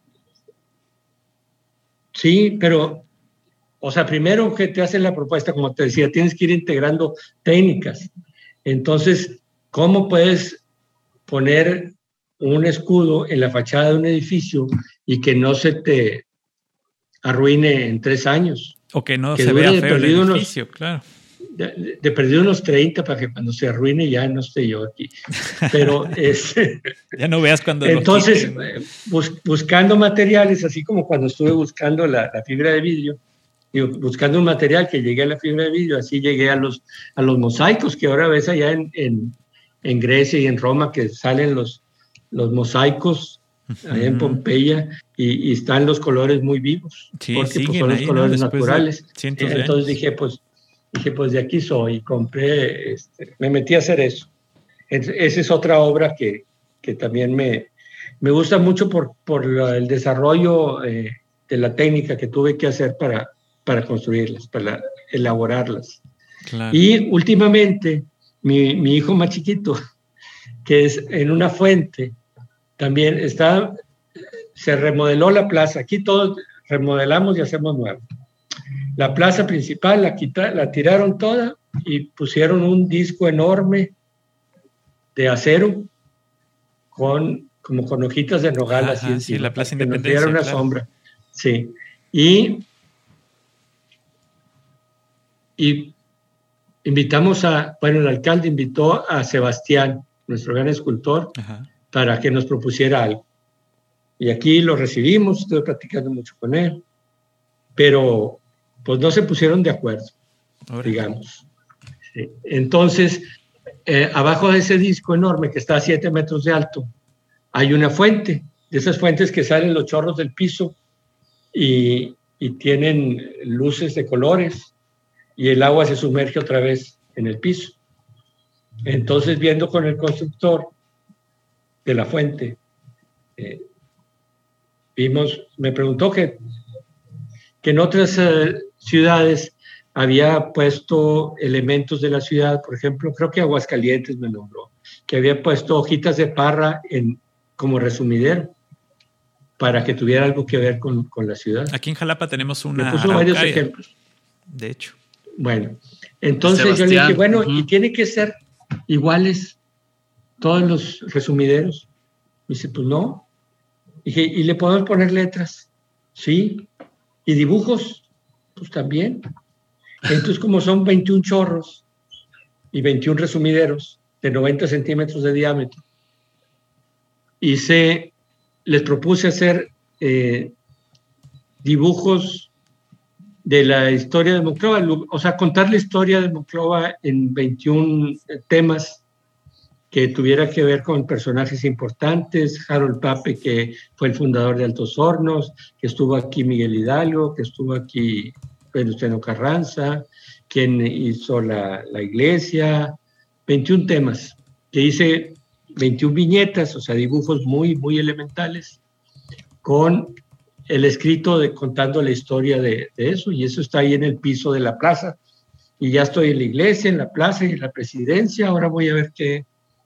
Sí, pero, o sea, primero que te hacen la propuesta, como te decía, tienes que ir integrando técnicas. Entonces, ¿cómo puedes poner un escudo en la fachada de un edificio y que no se te arruine en tres años? O que no que se vea feo el edificio, unos, claro. De, de perdido unos treinta para que cuando se arruine ya no esté yo aquí. Pero es... ya no veas cuando... Entonces, bus, buscando materiales, así como cuando estuve buscando la, la fibra de vidrio, digo, buscando un material que llegué a la fibra de vidrio, así llegué a los, a los mosaicos que ahora ves allá en, en, en Grecia y en Roma, que salen los, los mosaicos uh-huh. allá en Pompeya, y, y están los colores muy vivos, sí, porque pues, son los ahí, colores ¿no? naturales. De entonces dije, pues, dije, pues de aquí soy, y compré, este, me metí a hacer eso. Esa es otra obra que, que también me, me gusta mucho por, por la, el desarrollo eh, de la técnica que tuve que hacer para, para construirlas, para elaborarlas. Claro. Y últimamente, mi, mi hijo más chiquito, que es en una fuente, también está, se remodeló la plaza. Aquí todos remodelamos y hacemos nuevo. La plaza principal la, quita, la tiraron toda y pusieron un disco enorme de acero con, como con hojitas de nogal. Ajá, así sí, encima, la Plaza que Independencia. Nos diera una claro. sombra. Sí. Y, y invitamos a, bueno, el alcalde invitó a Sebastián, nuestro gran escultor, Ajá. para que nos propusiera algo. Y aquí lo recibimos, estuve platicando mucho con él, pero pues no se pusieron de acuerdo, Ahora. digamos. Sí. Entonces, eh, abajo de ese disco enorme que está a siete metros de alto, hay una fuente, de esas fuentes que salen los chorros del piso y, y tienen luces de colores, y el agua se sumerge otra vez en el piso. Entonces, viendo con el constructor de la fuente, eh, vimos, me preguntó que, que en otras eh, ciudades había puesto elementos de la ciudad, por ejemplo, creo que Aguascalientes me nombró, que había puesto hojitas de parra en, como resumidero para que tuviera algo que ver con, con la ciudad. Aquí en Jalapa tenemos una Me puso varios ejemplos. De hecho. Bueno, entonces Sebastián. yo le dije, bueno, uh-huh. ¿y tiene que ser iguales todos los resumideros? Me dice, pues no. Dije, ¿y le podemos poner letras? Sí. ¿Y dibujos? Pues también. Entonces, como son veintiún chorros y veintiún resumideros de noventa centímetros de diámetro, hice, les propuse hacer eh, dibujos de la historia de Monclova, o sea, contar la historia de Monclova en veintiún temas que tuviera que ver con personajes importantes, Harold Pape, que fue el fundador de Altos Hornos, que estuvo aquí Miguel Hidalgo, que estuvo aquí Venustiano Carranza, quien hizo la, la iglesia, veintiún temas, que hice veintiún viñetas, o sea, dibujos muy, muy elementales, con el escrito de contando la historia de, de eso, y eso está ahí en el piso de la plaza, y ya estoy en la iglesia, en la plaza y en la presidencia, ahora voy a ver qué,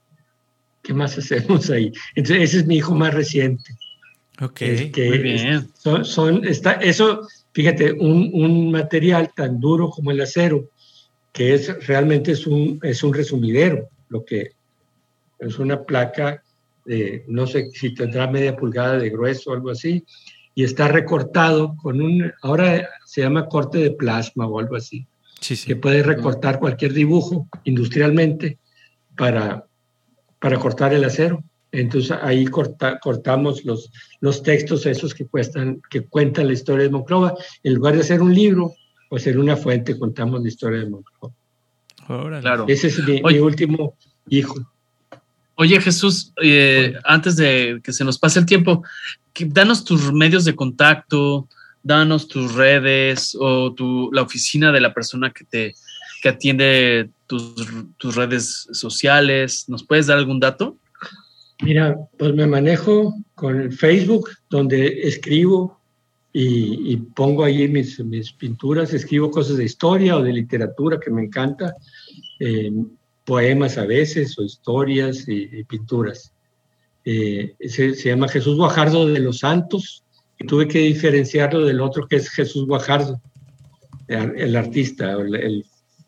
qué más hacemos ahí. Entonces, ese es mi hijo más reciente. Ok, es que muy bien. Son, son, está, eso, fíjate, un, un material tan duro como el acero, que es realmente es un, es un resumidero, lo que es una placa de, no sé si tendrá media pulgada de grueso o algo así, y está recortado con un, ahora se llama corte de plasma o algo así, sí, sí. que puede recortar cualquier dibujo industrialmente para, para cortar el acero. Entonces ahí corta, cortamos los, los textos esos que, cuestan, que cuentan la historia de Monclova. En lugar de hacer un libro o hacer una fuente, contamos la historia de Monclova. Órale. Claro. Ese es mi, mi último hijo. Oye, Jesús, eh, antes de que se nos pase el tiempo, que, danos tus medios de contacto, danos tus redes o tu, la oficina de la persona que te que atiende tus, tus redes sociales. ¿Nos puedes dar algún dato? Mira, pues me manejo con el Facebook, donde escribo y, y pongo ahí mis, mis pinturas, escribo cosas de historia o de literatura que me encanta, eh, poemas a veces o historias y, y pinturas. Eh, se, se llama Jesús Guajardo de los Santos, y tuve que diferenciarlo del otro que es Jesús Guajardo, el, el artista, el, el,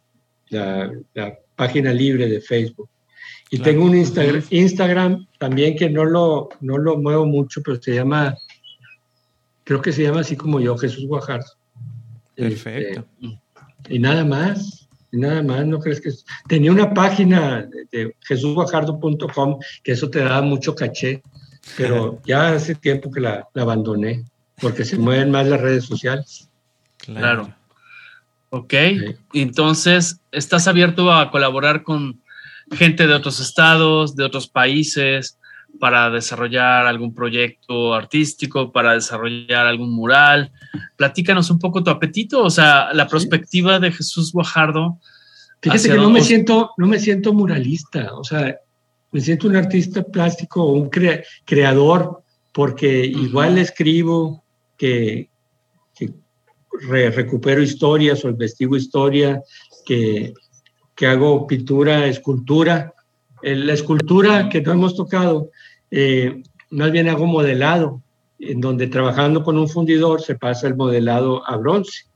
la, la página libre de Facebook. Y claro, tengo un Instagram, Instagram también que no lo, no lo muevo mucho, pero se llama, creo que se llama así como yo, Jesús Guajardo. Perfecto. Este, y nada más, y nada más, ¿no crees que es? Tenía una página de, de jesús guajardo punto com, que eso te daba mucho caché, pero ya hace tiempo que la, la abandoné, porque se mueven más las redes sociales. Claro. claro. Ok, sí. Entonces, ¿estás abierto a colaborar con gente de otros estados, de otros países, para desarrollar algún proyecto artístico, para desarrollar algún mural? Platícanos un poco tu apetito, o sea, la perspectiva sí. de Jesús Guajardo. Fíjate que no me, siento, no me siento muralista, o sea, me siento un artista plástico o un cre- creador, porque uh-huh. igual escribo, que, que re- recupero historias o investigo historia, que... que hago pintura, escultura. La escultura que no hemos tocado, eh, más bien hago modelado, en donde trabajando con un fundidor se pasa el modelado a bronce,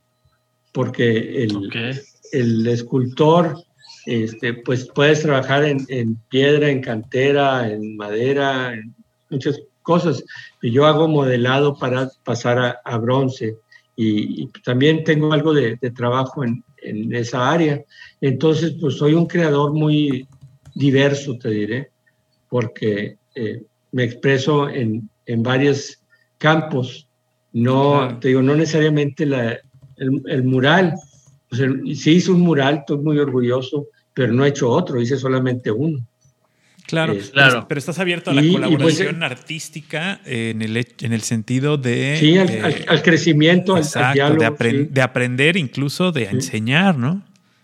porque el, okay. el escultor, este, pues puedes trabajar en, en piedra, en cantera, en madera, en muchas cosas. Y yo hago modelado para pasar a, a bronce. Y, y también tengo algo de, de trabajo en, en esa área. Entonces, pues soy un creador muy diverso, te diré, porque eh, me expreso en, en varios campos. No, claro. te digo, no necesariamente la, el, el mural. O sea, sí hice un mural, estoy muy orgulloso, pero no he hecho otro, hice solamente uno. Claro, Eh, claro. Pero estás abierto a la y, colaboración y pues, artística en el, en el sentido de... Sí, al, eh, al, al crecimiento, exacto, al, al diálogo. De, apren- sí. de aprender, incluso de sí. enseñar, ¿no?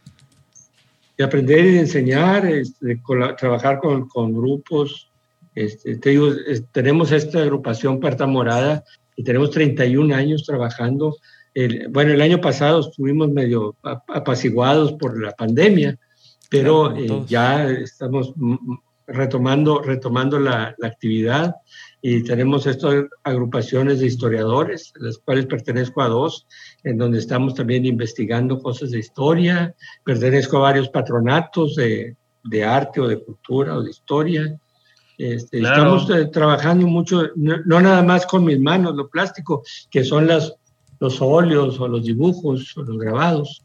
De aprender y de enseñar, este, de col- trabajar con, con grupos. Este, te digo, es, tenemos esta agrupación Puerta Morada y tenemos treinta y un años trabajando. El, bueno, el año pasado estuvimos medio apaciguados por la pandemia, pero claro, eh, ya estamos m- retomando, retomando la, la actividad, y tenemos estas agrupaciones de historiadores, las cuales pertenezco a dos, en donde estamos también investigando cosas de historia. Pertenezco a varios patronatos de, de arte o de cultura o de historia. Este, claro. Estamos eh, trabajando mucho, no, no nada más con mis manos, lo plástico, que son las, los óleos o los dibujos o los grabados,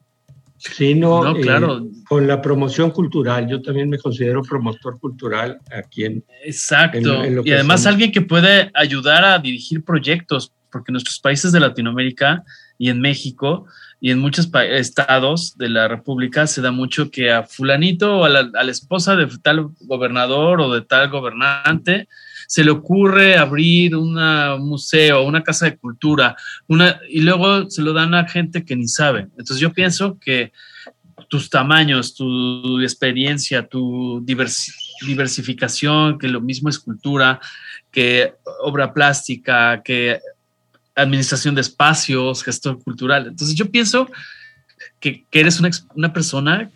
sino no, claro. eh, con la promoción cultural. Yo también me considero promotor cultural aquí en... Exacto, en, en lo que y además somos. Alguien que puede ayudar a dirigir proyectos, porque en nuestros países de Latinoamérica y en México y en muchos estados de la República se da mucho que a fulanito o a la, a la esposa de tal gobernador o de tal gobernante se le ocurre abrir una, un museo, una casa de cultura, una, y luego se lo dan a gente que ni sabe. Entonces yo pienso que tus tamaños, tu experiencia, tu diversi, diversificación, que lo mismo es cultura, que obra plástica, que administración de espacios, gestor cultural. Entonces yo pienso que, que eres una, una persona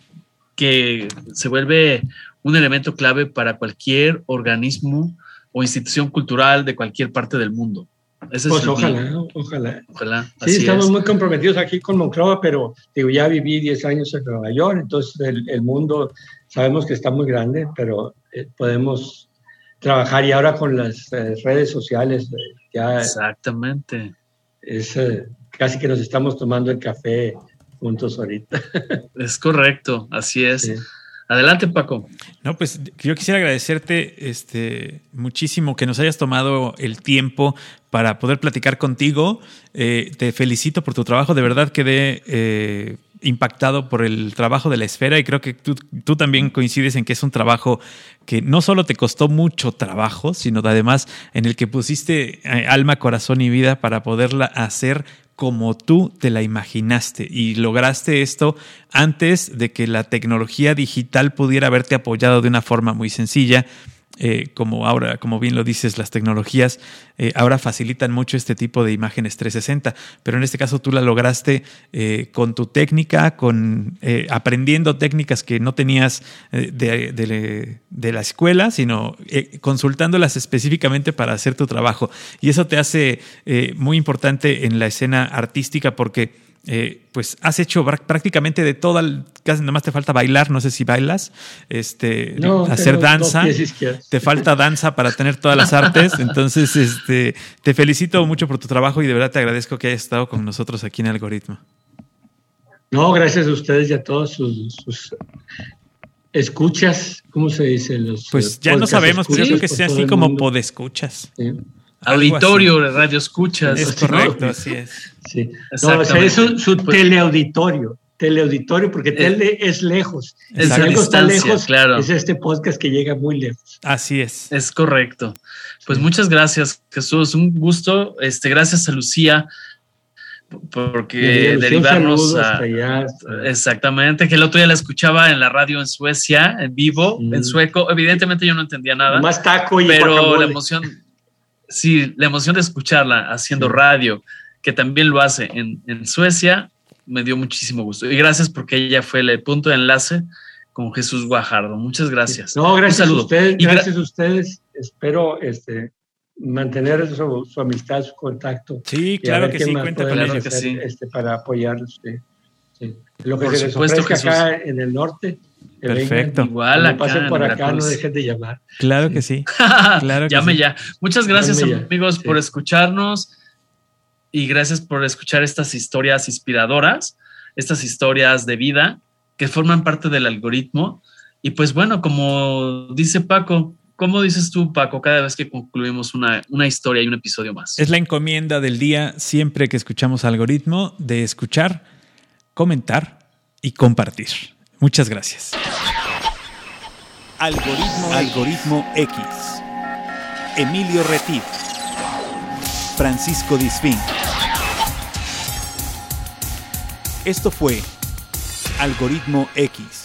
que se vuelve un elemento clave para cualquier organismo o institución cultural de cualquier parte del mundo. Ese pues es ojalá, ¿no? ojalá, ojalá. Sí, estamos es. muy comprometidos aquí con Monclova, pero digo, ya viví diez años en Nueva York, entonces el, el mundo sabemos que está muy grande, pero eh, podemos trabajar, y ahora con las eh, redes sociales eh, ya exactamente es eh, casi que nos estamos tomando el café juntos ahorita. Es correcto, así es. Sí. Adelante, Paco. No, pues yo quisiera agradecerte este, muchísimo que nos hayas tomado el tiempo para poder platicar contigo. Eh, te felicito por tu trabajo. De verdad quedé eh, impactado por el trabajo de la esfera, y creo que tú, tú también coincides en que es un trabajo que no solo te costó mucho trabajo, sino además en el que pusiste alma, corazón y vida para poderla hacer como tú te la imaginaste, y lograste esto antes de que la tecnología digital pudiera haberte apoyado de una forma muy sencilla. Eh, como ahora, como bien lo dices, las tecnologías eh, ahora facilitan mucho este tipo de imágenes trescientos sesenta, pero en este caso tú la lograste eh, con tu técnica, con eh, aprendiendo técnicas que no tenías eh, de, de, de la escuela, sino eh, consultándolas específicamente para hacer tu trabajo. Y eso te hace eh, muy importante en la escena artística, porque Eh, pues has hecho prácticamente de todo, casi nada más te falta bailar, no sé si bailas, este, no, hacer danza, te falta danza para tener todas las artes. Entonces este, te felicito mucho por tu trabajo y de verdad te agradezco que hayas estado con nosotros aquí en Algoritmo. No, gracias a ustedes y a todos sus, sus escuchas, ¿cómo se dice? Los, pues ya no sabemos, pero yo creo que sea así como podescuchas. Sí. Auditorio, radio escuchas. Es correcto, así es. Sí. No, o sea, es su, su pues, teleauditorio, teleauditorio, porque eh, tele es lejos. Es si algo está lejos, claro. Es este podcast que llega muy lejos. Así es. Es correcto. Pues sí. Muchas gracias, Jesús. Un gusto. Este, gracias a Lucía, porque derivarnos a, allá, hasta... exactamente, que el otro día la escuchaba en la radio en Suecia, en vivo, mm. en sueco. Evidentemente yo no entendía nada. Más taco y pero guacamole. La emoción... Sí, la emoción de escucharla haciendo sí. radio, que también lo hace en, en Suecia, me dio muchísimo gusto. Y gracias porque ella fue el punto de enlace con Jesús Guajardo. Muchas gracias. No, gracias a ustedes. Y gracias gra- a ustedes. Espero este, mantener su, su amistad, su contacto. Sí, claro que sí. Cuenta con ellos. Sí. Este, para apoyarlos. Sí. Sí. Lo que por se les ofrezca acá en el norte. Perfecto. Vengan, igual acá, pasen por acá, no dejen de llamar. Claro que sí. Claro que Llame sí. ya. Muchas gracias, Llame amigos, ya. por sí. escucharnos, y gracias por escuchar estas historias inspiradoras, estas historias de vida que forman parte del algoritmo. Y pues bueno, como dice Paco, ¿cómo dices tú, Paco, cada vez que concluimos una, una historia y un episodio más? Es la encomienda del día, siempre que escuchamos Algoritmo, de escuchar, comentar y compartir. Muchas gracias. Algoritmo, Algoritmo X. Emilio Retif. Francisco Disfín. Esto fue Algoritmo X.